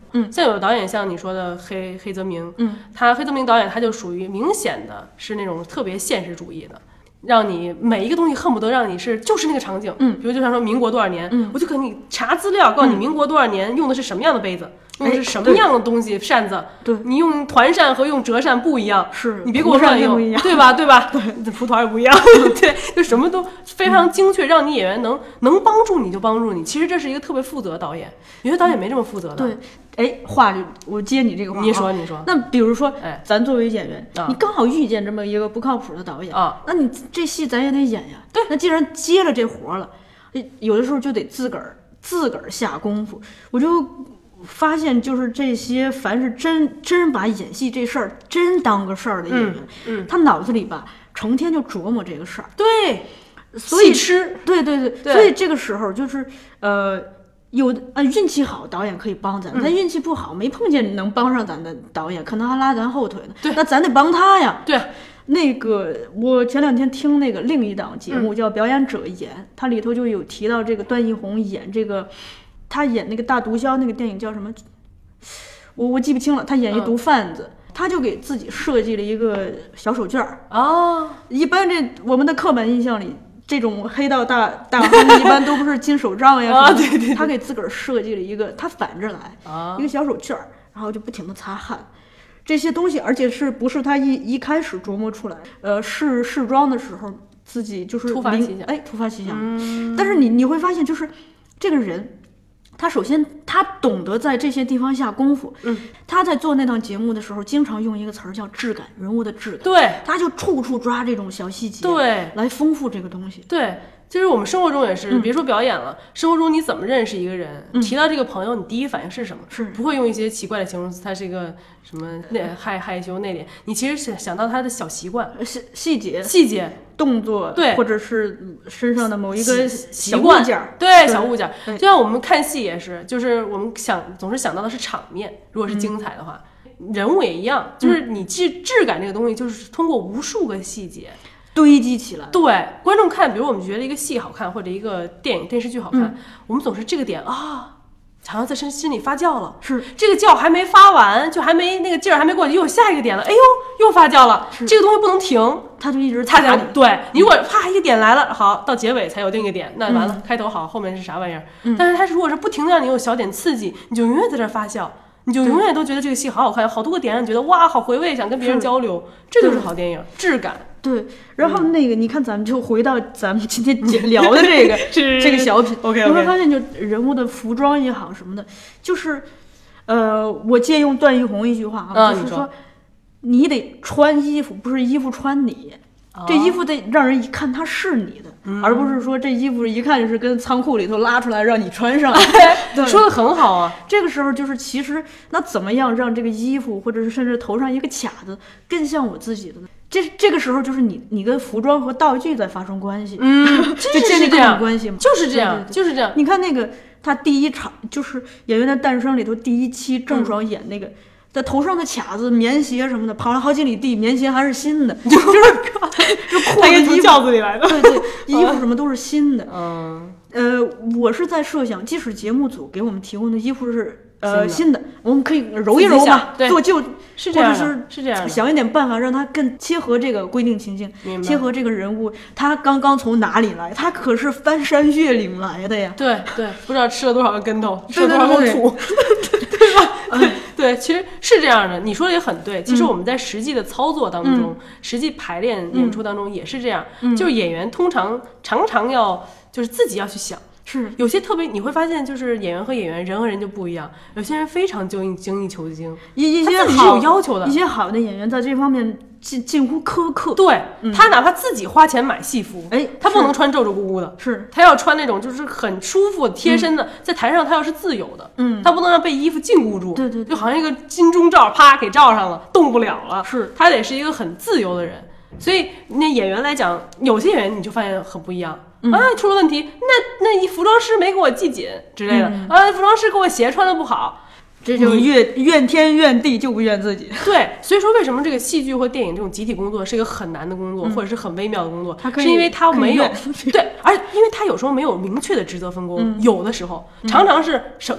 [SPEAKER 2] 嗯，
[SPEAKER 3] 像有的导演像你说的黑黑泽明，
[SPEAKER 2] 嗯，
[SPEAKER 3] 他黑泽明导演他就属于明显的是那种特别现实主义的。让你每一个东西恨不得让你是就是那个场景，
[SPEAKER 2] 嗯，
[SPEAKER 3] 比如就像说民国多少年，
[SPEAKER 2] 嗯，
[SPEAKER 3] 我就给你查资料，告诉你民国多少年用的是什么样的杯子，用的是什么样的东西，扇子，
[SPEAKER 2] 对，
[SPEAKER 3] 你用团扇和用折扇不一样，
[SPEAKER 2] 是，
[SPEAKER 3] 你别给我乱用，对吧？对吧？对，蒲团也不一样，对，就什么都非常精确，让你演员能能帮助你就帮助你。其实这是一个特别负责的导演，有些导演没这么负责的。
[SPEAKER 2] 对。哎，话就我接你这个话，
[SPEAKER 3] 你说你说。
[SPEAKER 2] 那比如说，
[SPEAKER 3] 哎，
[SPEAKER 2] 咱作为演员，
[SPEAKER 3] 啊、
[SPEAKER 2] 你刚好遇见这么一个不靠谱的导演
[SPEAKER 3] 啊，
[SPEAKER 2] 那你这戏咱也得演呀。
[SPEAKER 3] 对，
[SPEAKER 2] 那既然接了这活了，有的时候就得自个儿自个儿下功夫。我就发现，就是这些凡是真真把演戏这事儿真当个事儿的演员，
[SPEAKER 3] 嗯，嗯
[SPEAKER 2] 他脑子里吧成天就琢磨这个事儿。
[SPEAKER 3] 对，
[SPEAKER 2] 所以
[SPEAKER 3] 吃，
[SPEAKER 2] 对对 对,
[SPEAKER 3] 对，
[SPEAKER 2] 所以这个时候就是呃。有的啊，运气好，导演可以帮咱；咱、嗯、运气不好，没碰见能帮上咱的导演，可能还拉咱后腿呢。
[SPEAKER 3] 对，
[SPEAKER 2] 那咱得帮他呀。
[SPEAKER 3] 对，
[SPEAKER 2] 那个我前两天听那个另一档节目、
[SPEAKER 3] 嗯、
[SPEAKER 2] 叫《表演者演》，它里头就有提到这个段奕宏演这个，他演那个大毒枭那个电影叫什么？我我记不清了。他演一毒贩子。嗯，他就给自己设计了一个小手绢儿
[SPEAKER 3] 哦。
[SPEAKER 2] 一般这我们的刻板印象里。这种黑道大大亨一般都不是金手杖呀，
[SPEAKER 3] 啊，对对对，
[SPEAKER 2] 他给自个儿设计了一个，他反着来，
[SPEAKER 3] 啊，
[SPEAKER 2] 一个小手绢儿，然后就不停的擦汗，这些东西，而且是不是他一一开始琢磨出来，呃，试试妆的时候自己就是
[SPEAKER 3] 突发奇想，
[SPEAKER 2] 哎，突发奇想，
[SPEAKER 3] 嗯，
[SPEAKER 2] 但是你你会发现，就是这个人。他首先，他懂得在这些地方下功夫。
[SPEAKER 3] 嗯，
[SPEAKER 2] 他在做那档节目的时候，经常用一个词儿叫质感，人物的质感。
[SPEAKER 3] 对，
[SPEAKER 2] 他就处处抓这种小细节，
[SPEAKER 3] 对，
[SPEAKER 2] 来丰富这个东西。
[SPEAKER 3] 对，其实我们生活中也是，
[SPEAKER 2] 嗯、
[SPEAKER 3] 别说表演了，生活中你怎么认识一个人？
[SPEAKER 2] 嗯、
[SPEAKER 3] 提到这个朋友，你第一反应是什么？
[SPEAKER 2] 是
[SPEAKER 3] 不会用一些奇怪的形容词，他是一个什么内害害羞内敛？你其实想想到他的小习惯、
[SPEAKER 2] 细细节、
[SPEAKER 3] 细节。
[SPEAKER 2] 动作，
[SPEAKER 3] 对，
[SPEAKER 2] 或者是身上的某一个小
[SPEAKER 3] 物
[SPEAKER 2] 件，
[SPEAKER 3] 对，对小物件，
[SPEAKER 2] 就
[SPEAKER 3] 像我们看戏也是，就是我们想总是想到的是场面，如果是精彩的话，嗯、人物也一样，就是你质质感这个东西，就是通过无数个细节
[SPEAKER 2] 堆积起来。
[SPEAKER 3] 对，观众看，比如我们觉得一个戏好看，或者一个电影电视剧好看，
[SPEAKER 2] 嗯、
[SPEAKER 3] 我们总是这个点啊。好像在身心里发酵了，
[SPEAKER 2] 是
[SPEAKER 3] 这个觉还没发完，就还没那个劲儿还没过去，又有下一个点了，哎呦，又发酵了，这个东西不能停，
[SPEAKER 2] 它就一直
[SPEAKER 3] 它在对。你如果啪一个点来了，好，到结尾才有另一个点，那完了，嗯、开头好，后面是啥玩意儿？
[SPEAKER 2] 嗯、
[SPEAKER 3] 但是它如果是不停的让你有小点刺激，你就永远在这发酵，你就永远都觉得这个戏好好看，好多个点让你觉得哇，好回味，想跟别人交流，这就是好电影，质感。
[SPEAKER 2] 对，然后那个、嗯、你看，咱们就回到咱们今天聊的这个这个小品
[SPEAKER 3] ，OK，
[SPEAKER 2] 你会发现，就人物的服装也好什么的，就是，呃，我借用段奕宏一句话啊，就是说，你得穿衣服，不是衣服穿你，哦、这衣服得让人一看它是你的，
[SPEAKER 3] 嗯、
[SPEAKER 2] 而不是说这衣服一看就是跟仓库里头拉出来让你穿上。
[SPEAKER 3] 对，说的很好啊。
[SPEAKER 2] 这个时候就是其实那怎么样让这个衣服，或者是甚至头上一个卡子更像我自己的呢？这这个时候就是你你跟服装和道具在发生关系，
[SPEAKER 3] 嗯，
[SPEAKER 2] 就建立这种关系嘛，
[SPEAKER 3] 就是这样，
[SPEAKER 2] 对对对
[SPEAKER 3] 就是这样。
[SPEAKER 2] 你看那个他第一场就是《演员的诞生》里头第一期郑爽演那个，在、嗯、头上的卡子、棉鞋什么的，跑了好几里地，棉鞋还是新的，就是就裤子、衣服
[SPEAKER 3] 轿子里来的，
[SPEAKER 2] 对对，衣服什么都是新的。
[SPEAKER 3] 嗯，
[SPEAKER 2] 呃，我是在设想，即使节目组给我们提供的衣服是。呃，新的，我们可以揉一揉嘛，做旧，
[SPEAKER 3] 是这样的，
[SPEAKER 2] 或者是
[SPEAKER 3] 是这样的，
[SPEAKER 2] 想一点办法让它更切合这个规定情境，切合这个人物，他刚刚从哪里来？他可是翻山越岭来的呀。
[SPEAKER 3] 对对，不知道吃了多少个跟头，吃了多少口土，对吧？对对，其实是这样的，你说的也很对。其实我们在实际的操作当中，
[SPEAKER 2] 嗯、
[SPEAKER 3] 实际排练演出当中也是这样，
[SPEAKER 2] 嗯、
[SPEAKER 3] 就是演员通常常常要就是自己要去想。
[SPEAKER 2] 是
[SPEAKER 3] 有些特别，你会发现，就是演员和演员，人和人就不一样。有些人非常精精益求精，
[SPEAKER 2] 一一些
[SPEAKER 3] 他自己是有要求的。
[SPEAKER 2] 一些好的演员在这方面近近乎苛刻。
[SPEAKER 3] 对、
[SPEAKER 2] 嗯、
[SPEAKER 3] 他哪怕自己花钱买戏服，
[SPEAKER 2] 哎，
[SPEAKER 3] 他不能穿皱皱鼓鼓的，
[SPEAKER 2] 是他
[SPEAKER 3] 要穿那种就是很舒服贴身的，嗯、在台上他要是自由的，
[SPEAKER 2] 嗯，
[SPEAKER 3] 他不能让被衣服禁锢住，
[SPEAKER 2] 对 对, 对，
[SPEAKER 3] 就好像一个金钟罩，啪给罩上了，动不了了。
[SPEAKER 2] 是
[SPEAKER 3] 他得是一个很自由的人。所以那演员来讲，有些演员你就发现很不一样。
[SPEAKER 2] 嗯、
[SPEAKER 3] 啊，出了问题，那那一服装师没给我系紧之类的，
[SPEAKER 2] 嗯、
[SPEAKER 3] 啊，服装师给我鞋穿的不好，
[SPEAKER 2] 这就怨怨天怨地就不怨自己。
[SPEAKER 3] 对，所以说为什么这个戏剧或电影这种集体工作是一个很难的工作，
[SPEAKER 2] 嗯、
[SPEAKER 3] 或者是很微妙的工作，
[SPEAKER 2] 是
[SPEAKER 3] 因为它没有对，而因为它有时候没有明确的职责分工，
[SPEAKER 2] 嗯、
[SPEAKER 3] 有的时候常常是什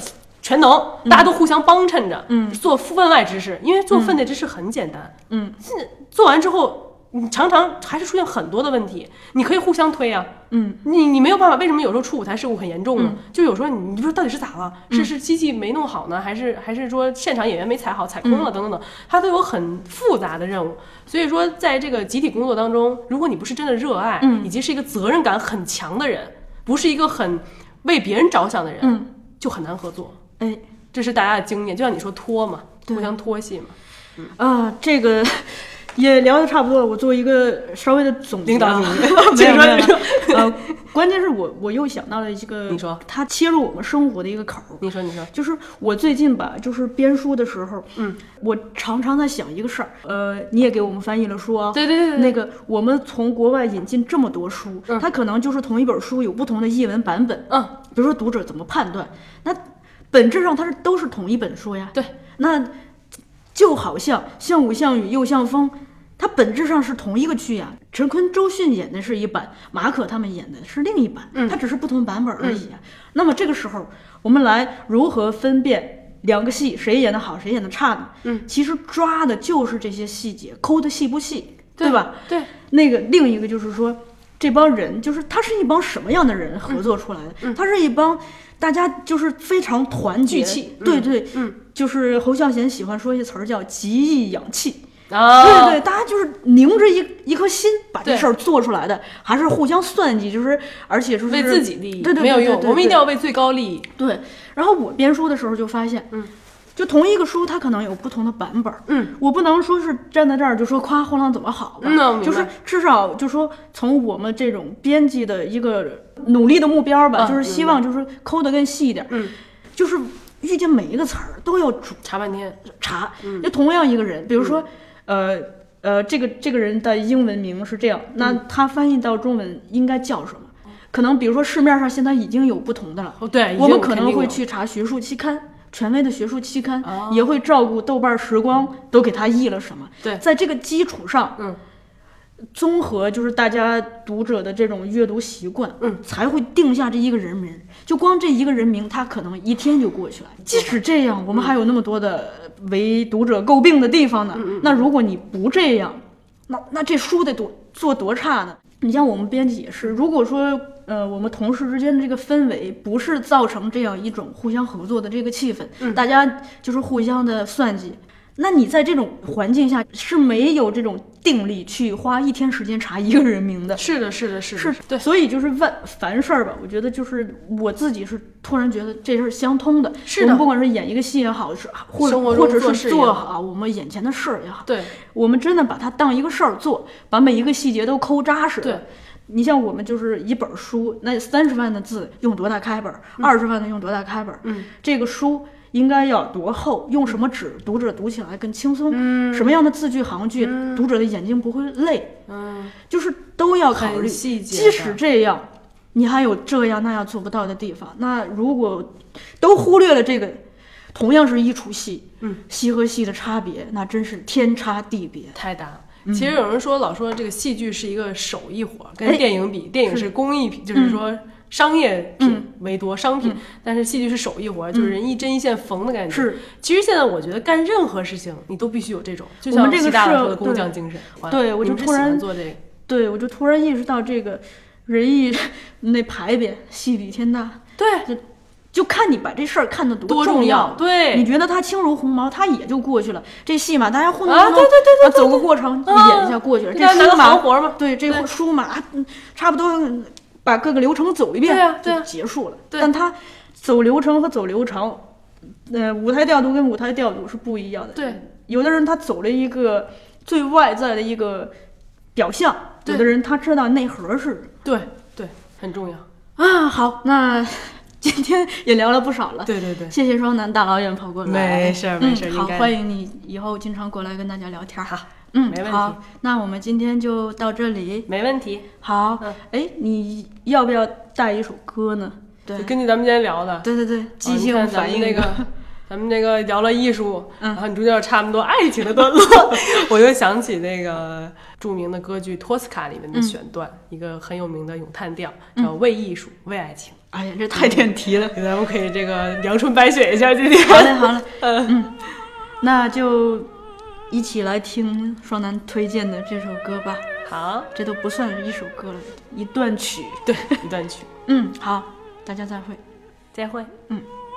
[SPEAKER 3] 全能，大家都互相帮衬着，
[SPEAKER 2] 嗯，
[SPEAKER 3] 做分外之事，因为做分内之事很简单，
[SPEAKER 2] 嗯，
[SPEAKER 3] 做完之后。你常常还是出现很多的问题，你可以互相推啊，
[SPEAKER 2] 嗯，
[SPEAKER 3] 你你没有办法，为什么有时候出舞台事故很严重呢？
[SPEAKER 2] 嗯、
[SPEAKER 3] 就有时候你你不知道到底是咋了，嗯、是是机器没弄好呢，还是还是说现场演员没踩好，踩空了等等等，它都有很复杂的任务。所以说，在这个集体工作当中，如果你不是真的热爱，
[SPEAKER 2] 嗯，
[SPEAKER 3] 以及是一个责任感很强的人，不是一个很为别人着想的人，
[SPEAKER 2] 嗯，
[SPEAKER 3] 就很难合作。
[SPEAKER 2] 哎，
[SPEAKER 3] 这是大家的经验，就像你说拖嘛，互相拖戏嘛。
[SPEAKER 2] 嗯、啊，这个。也聊得差不多了，我做一个稍微的总结、啊。
[SPEAKER 3] 领导你，
[SPEAKER 2] 没有没有。呃，关键是我我又想到了一个，
[SPEAKER 3] 你说，
[SPEAKER 2] 它切入我们生活的一个口。
[SPEAKER 3] 你说你说，
[SPEAKER 2] 就是我最近吧，就是编书的时候，
[SPEAKER 3] 嗯，
[SPEAKER 2] 我常常在想一个事儿。呃，你也给我们翻译了书啊，
[SPEAKER 3] 对对 对, 对。
[SPEAKER 2] 那个我们从国外引进这么多书，
[SPEAKER 3] 嗯、
[SPEAKER 2] 它可能就是同一本书有不同的译文版本，
[SPEAKER 3] 嗯，
[SPEAKER 2] 比如说读者怎么判断，那本质上它是都是同一本书呀。
[SPEAKER 3] 对，
[SPEAKER 2] 那就好像像武像雨又像风。它本质上是同一个剧啊，陈坤、周迅演的是一版，马可他们演的是另一版，
[SPEAKER 3] 嗯，
[SPEAKER 2] 它只是不同版本而已啊。嗯、那么这个时候，我们来如何分辨两个戏谁演的好，谁演的差呢？
[SPEAKER 3] 嗯，
[SPEAKER 2] 其实抓的就是这些细节，抠的细不细，
[SPEAKER 3] 对,
[SPEAKER 2] 对吧？
[SPEAKER 3] 对。
[SPEAKER 2] 那个另一个就是说，这帮人就是他是一帮什么样的人合作出来的？
[SPEAKER 3] 嗯，
[SPEAKER 2] 他是一帮大家就是非常团结，
[SPEAKER 3] 聚气，
[SPEAKER 2] 对对，
[SPEAKER 3] 嗯，
[SPEAKER 2] 就是侯孝贤喜欢说一词儿叫集义养气。
[SPEAKER 3] 啊，
[SPEAKER 2] 对对对，大家就是拧着一一颗心把这事儿做出来的，还是互相算计，就是而且就是
[SPEAKER 3] 为自己利益，
[SPEAKER 2] 对对对，
[SPEAKER 3] 没有用，我们一定要为最高利益。
[SPEAKER 2] 对，然后我编书的时候就发现，
[SPEAKER 3] 嗯，
[SPEAKER 2] 就同一个书，它可能有不同的版本，
[SPEAKER 3] 嗯，
[SPEAKER 2] 我不能说是站在这儿就说夸后浪怎么好吧，
[SPEAKER 3] 嗯，
[SPEAKER 2] 就是至少就说从我们这种编辑的一个努力的目标吧，
[SPEAKER 3] 嗯、
[SPEAKER 2] 就是希望就是抠得更细一点，
[SPEAKER 3] 嗯，
[SPEAKER 2] 就是遇见每一个词儿都要
[SPEAKER 3] 查半天
[SPEAKER 2] 查，
[SPEAKER 3] 嗯，
[SPEAKER 2] 就同样一个人，比如说，
[SPEAKER 3] 嗯、
[SPEAKER 2] 呃。呃，这个这个人的英文名是这样，那他翻译到中文应该叫什么？嗯、可能比如说市面上现在已经有不同的了，
[SPEAKER 3] 哦、对，
[SPEAKER 2] 我们可能会去查学术期刊，权威的学术期刊，
[SPEAKER 3] 哦、
[SPEAKER 2] 也会照顾豆瓣时光、嗯、都给他译了什么。
[SPEAKER 3] 对，
[SPEAKER 2] 在这个基础上，
[SPEAKER 3] 嗯，
[SPEAKER 2] 综合就是大家读者的这种阅读习惯，
[SPEAKER 3] 嗯，
[SPEAKER 2] 才会定下这一个人名。就光这一个人名，他可能一天就过去了。即使这样，我们还有那么多的为读者诟病的地方呢。
[SPEAKER 3] 嗯、
[SPEAKER 2] 那如果你不这样，那那这书得多做多差呢？你像我们编辑也是，如果说呃我们同事之间的这个氛围不是造成这样一种互相合作的这个气氛，
[SPEAKER 3] 嗯、
[SPEAKER 2] 大家就是互相的算计。那你在这种环境下是没有这种定力去花一天时间查一个人名的。
[SPEAKER 3] 是的，是的，是的，
[SPEAKER 2] 是，对，所以就是万凡事儿吧，我觉得就是我自己是突然觉得这事儿相通的。
[SPEAKER 3] 是的，
[SPEAKER 2] 我们不管是演一个戏也好，是或者或者是做好我们眼前的事儿也好，
[SPEAKER 3] 对，
[SPEAKER 2] 我们真的把它当一个事儿做，把每一个细节都抠扎实。
[SPEAKER 3] 对，
[SPEAKER 2] 你像我们就是一本书，那三十万的字用多大开本，二十、嗯、万的用多大开本，
[SPEAKER 3] 嗯，
[SPEAKER 2] 这个书应该要多厚，用什么纸，读者读起来更轻松，
[SPEAKER 3] 嗯，
[SPEAKER 2] 什么样的字句行句，
[SPEAKER 3] 嗯、
[SPEAKER 2] 读者的眼睛不会累，
[SPEAKER 3] 嗯，
[SPEAKER 2] 就是都要考虑。
[SPEAKER 3] 细节，
[SPEAKER 2] 即使这样，你还有这样那样做不到的地方，那如果都忽略了这个，同样是一出戏，
[SPEAKER 3] 嗯，
[SPEAKER 2] 戏和戏的差别，那真是天差地别，
[SPEAKER 3] 太大了。其实有人说，老说这个戏剧是一个手艺活，跟电影比，电影是工艺品，就是说商业品为多，商品，但是戏剧是手艺活，就是人一针一线缝的感觉。
[SPEAKER 2] 是，
[SPEAKER 3] 其实现在我觉得干任何事情，你都必须有这种，就像习大大说的工匠精神。
[SPEAKER 2] 对，我就突然
[SPEAKER 3] 做这个，
[SPEAKER 2] 对我就突然意识到这个仁义那牌匾，戏比天大。
[SPEAKER 3] 对。
[SPEAKER 2] 就看你把这事儿看得
[SPEAKER 3] 多
[SPEAKER 2] 重
[SPEAKER 3] 要，对，
[SPEAKER 2] 你觉得它轻如鸿毛，它也就过去了。这戏嘛，大家糊弄
[SPEAKER 3] 糊弄，对对对对，
[SPEAKER 2] 走个过程就演一下过去了。这书嘛，
[SPEAKER 3] 活嘛，
[SPEAKER 2] 对，这书嘛，差不多把各个流程走一遍，
[SPEAKER 3] 对啊，
[SPEAKER 2] 就结束了。
[SPEAKER 3] 对，
[SPEAKER 2] 但它走流程和走流程，呃，舞台调度跟舞台调度是不一样的。
[SPEAKER 3] 对，
[SPEAKER 2] 有的人他走了一个最外在的一个表象，有的人他知道内核是。
[SPEAKER 3] 对对，很重要
[SPEAKER 2] 啊。好，那。今天也聊了不少了，
[SPEAKER 3] 对对对，
[SPEAKER 2] 谢谢双南大老远跑过来，
[SPEAKER 3] 没事没事，
[SPEAKER 2] 嗯、好，欢迎你以后经常过来跟大家聊天。
[SPEAKER 3] 好，
[SPEAKER 2] 嗯，
[SPEAKER 3] 没问题。
[SPEAKER 2] 好，那我们今天就到这里，
[SPEAKER 3] 没问题。
[SPEAKER 2] 好，哎、嗯，你要不要带一首歌呢？对，
[SPEAKER 3] 根据咱们今天聊的，
[SPEAKER 2] 对对对，即兴反应
[SPEAKER 3] 那个咱们这个聊了艺术，
[SPEAKER 2] 嗯、
[SPEAKER 3] 然后你中间有差不多爱情的段落，我就想起那个著名的歌剧《托斯卡》里面的选段，嗯、一个很有名的咏叹调，叫为艺术，嗯、为爱情。
[SPEAKER 2] 哎呀，这太点题了，
[SPEAKER 3] 咱们可以这个阳春白雪一下今天。
[SPEAKER 2] 好嘞，好嘞，嗯，那就一起来听双男推荐的这首歌吧。
[SPEAKER 3] 好，
[SPEAKER 2] 这都不算是一首歌了，一段曲。
[SPEAKER 3] 对，一段曲。
[SPEAKER 2] 嗯，好，大家再会，
[SPEAKER 3] 再会。
[SPEAKER 2] 嗯。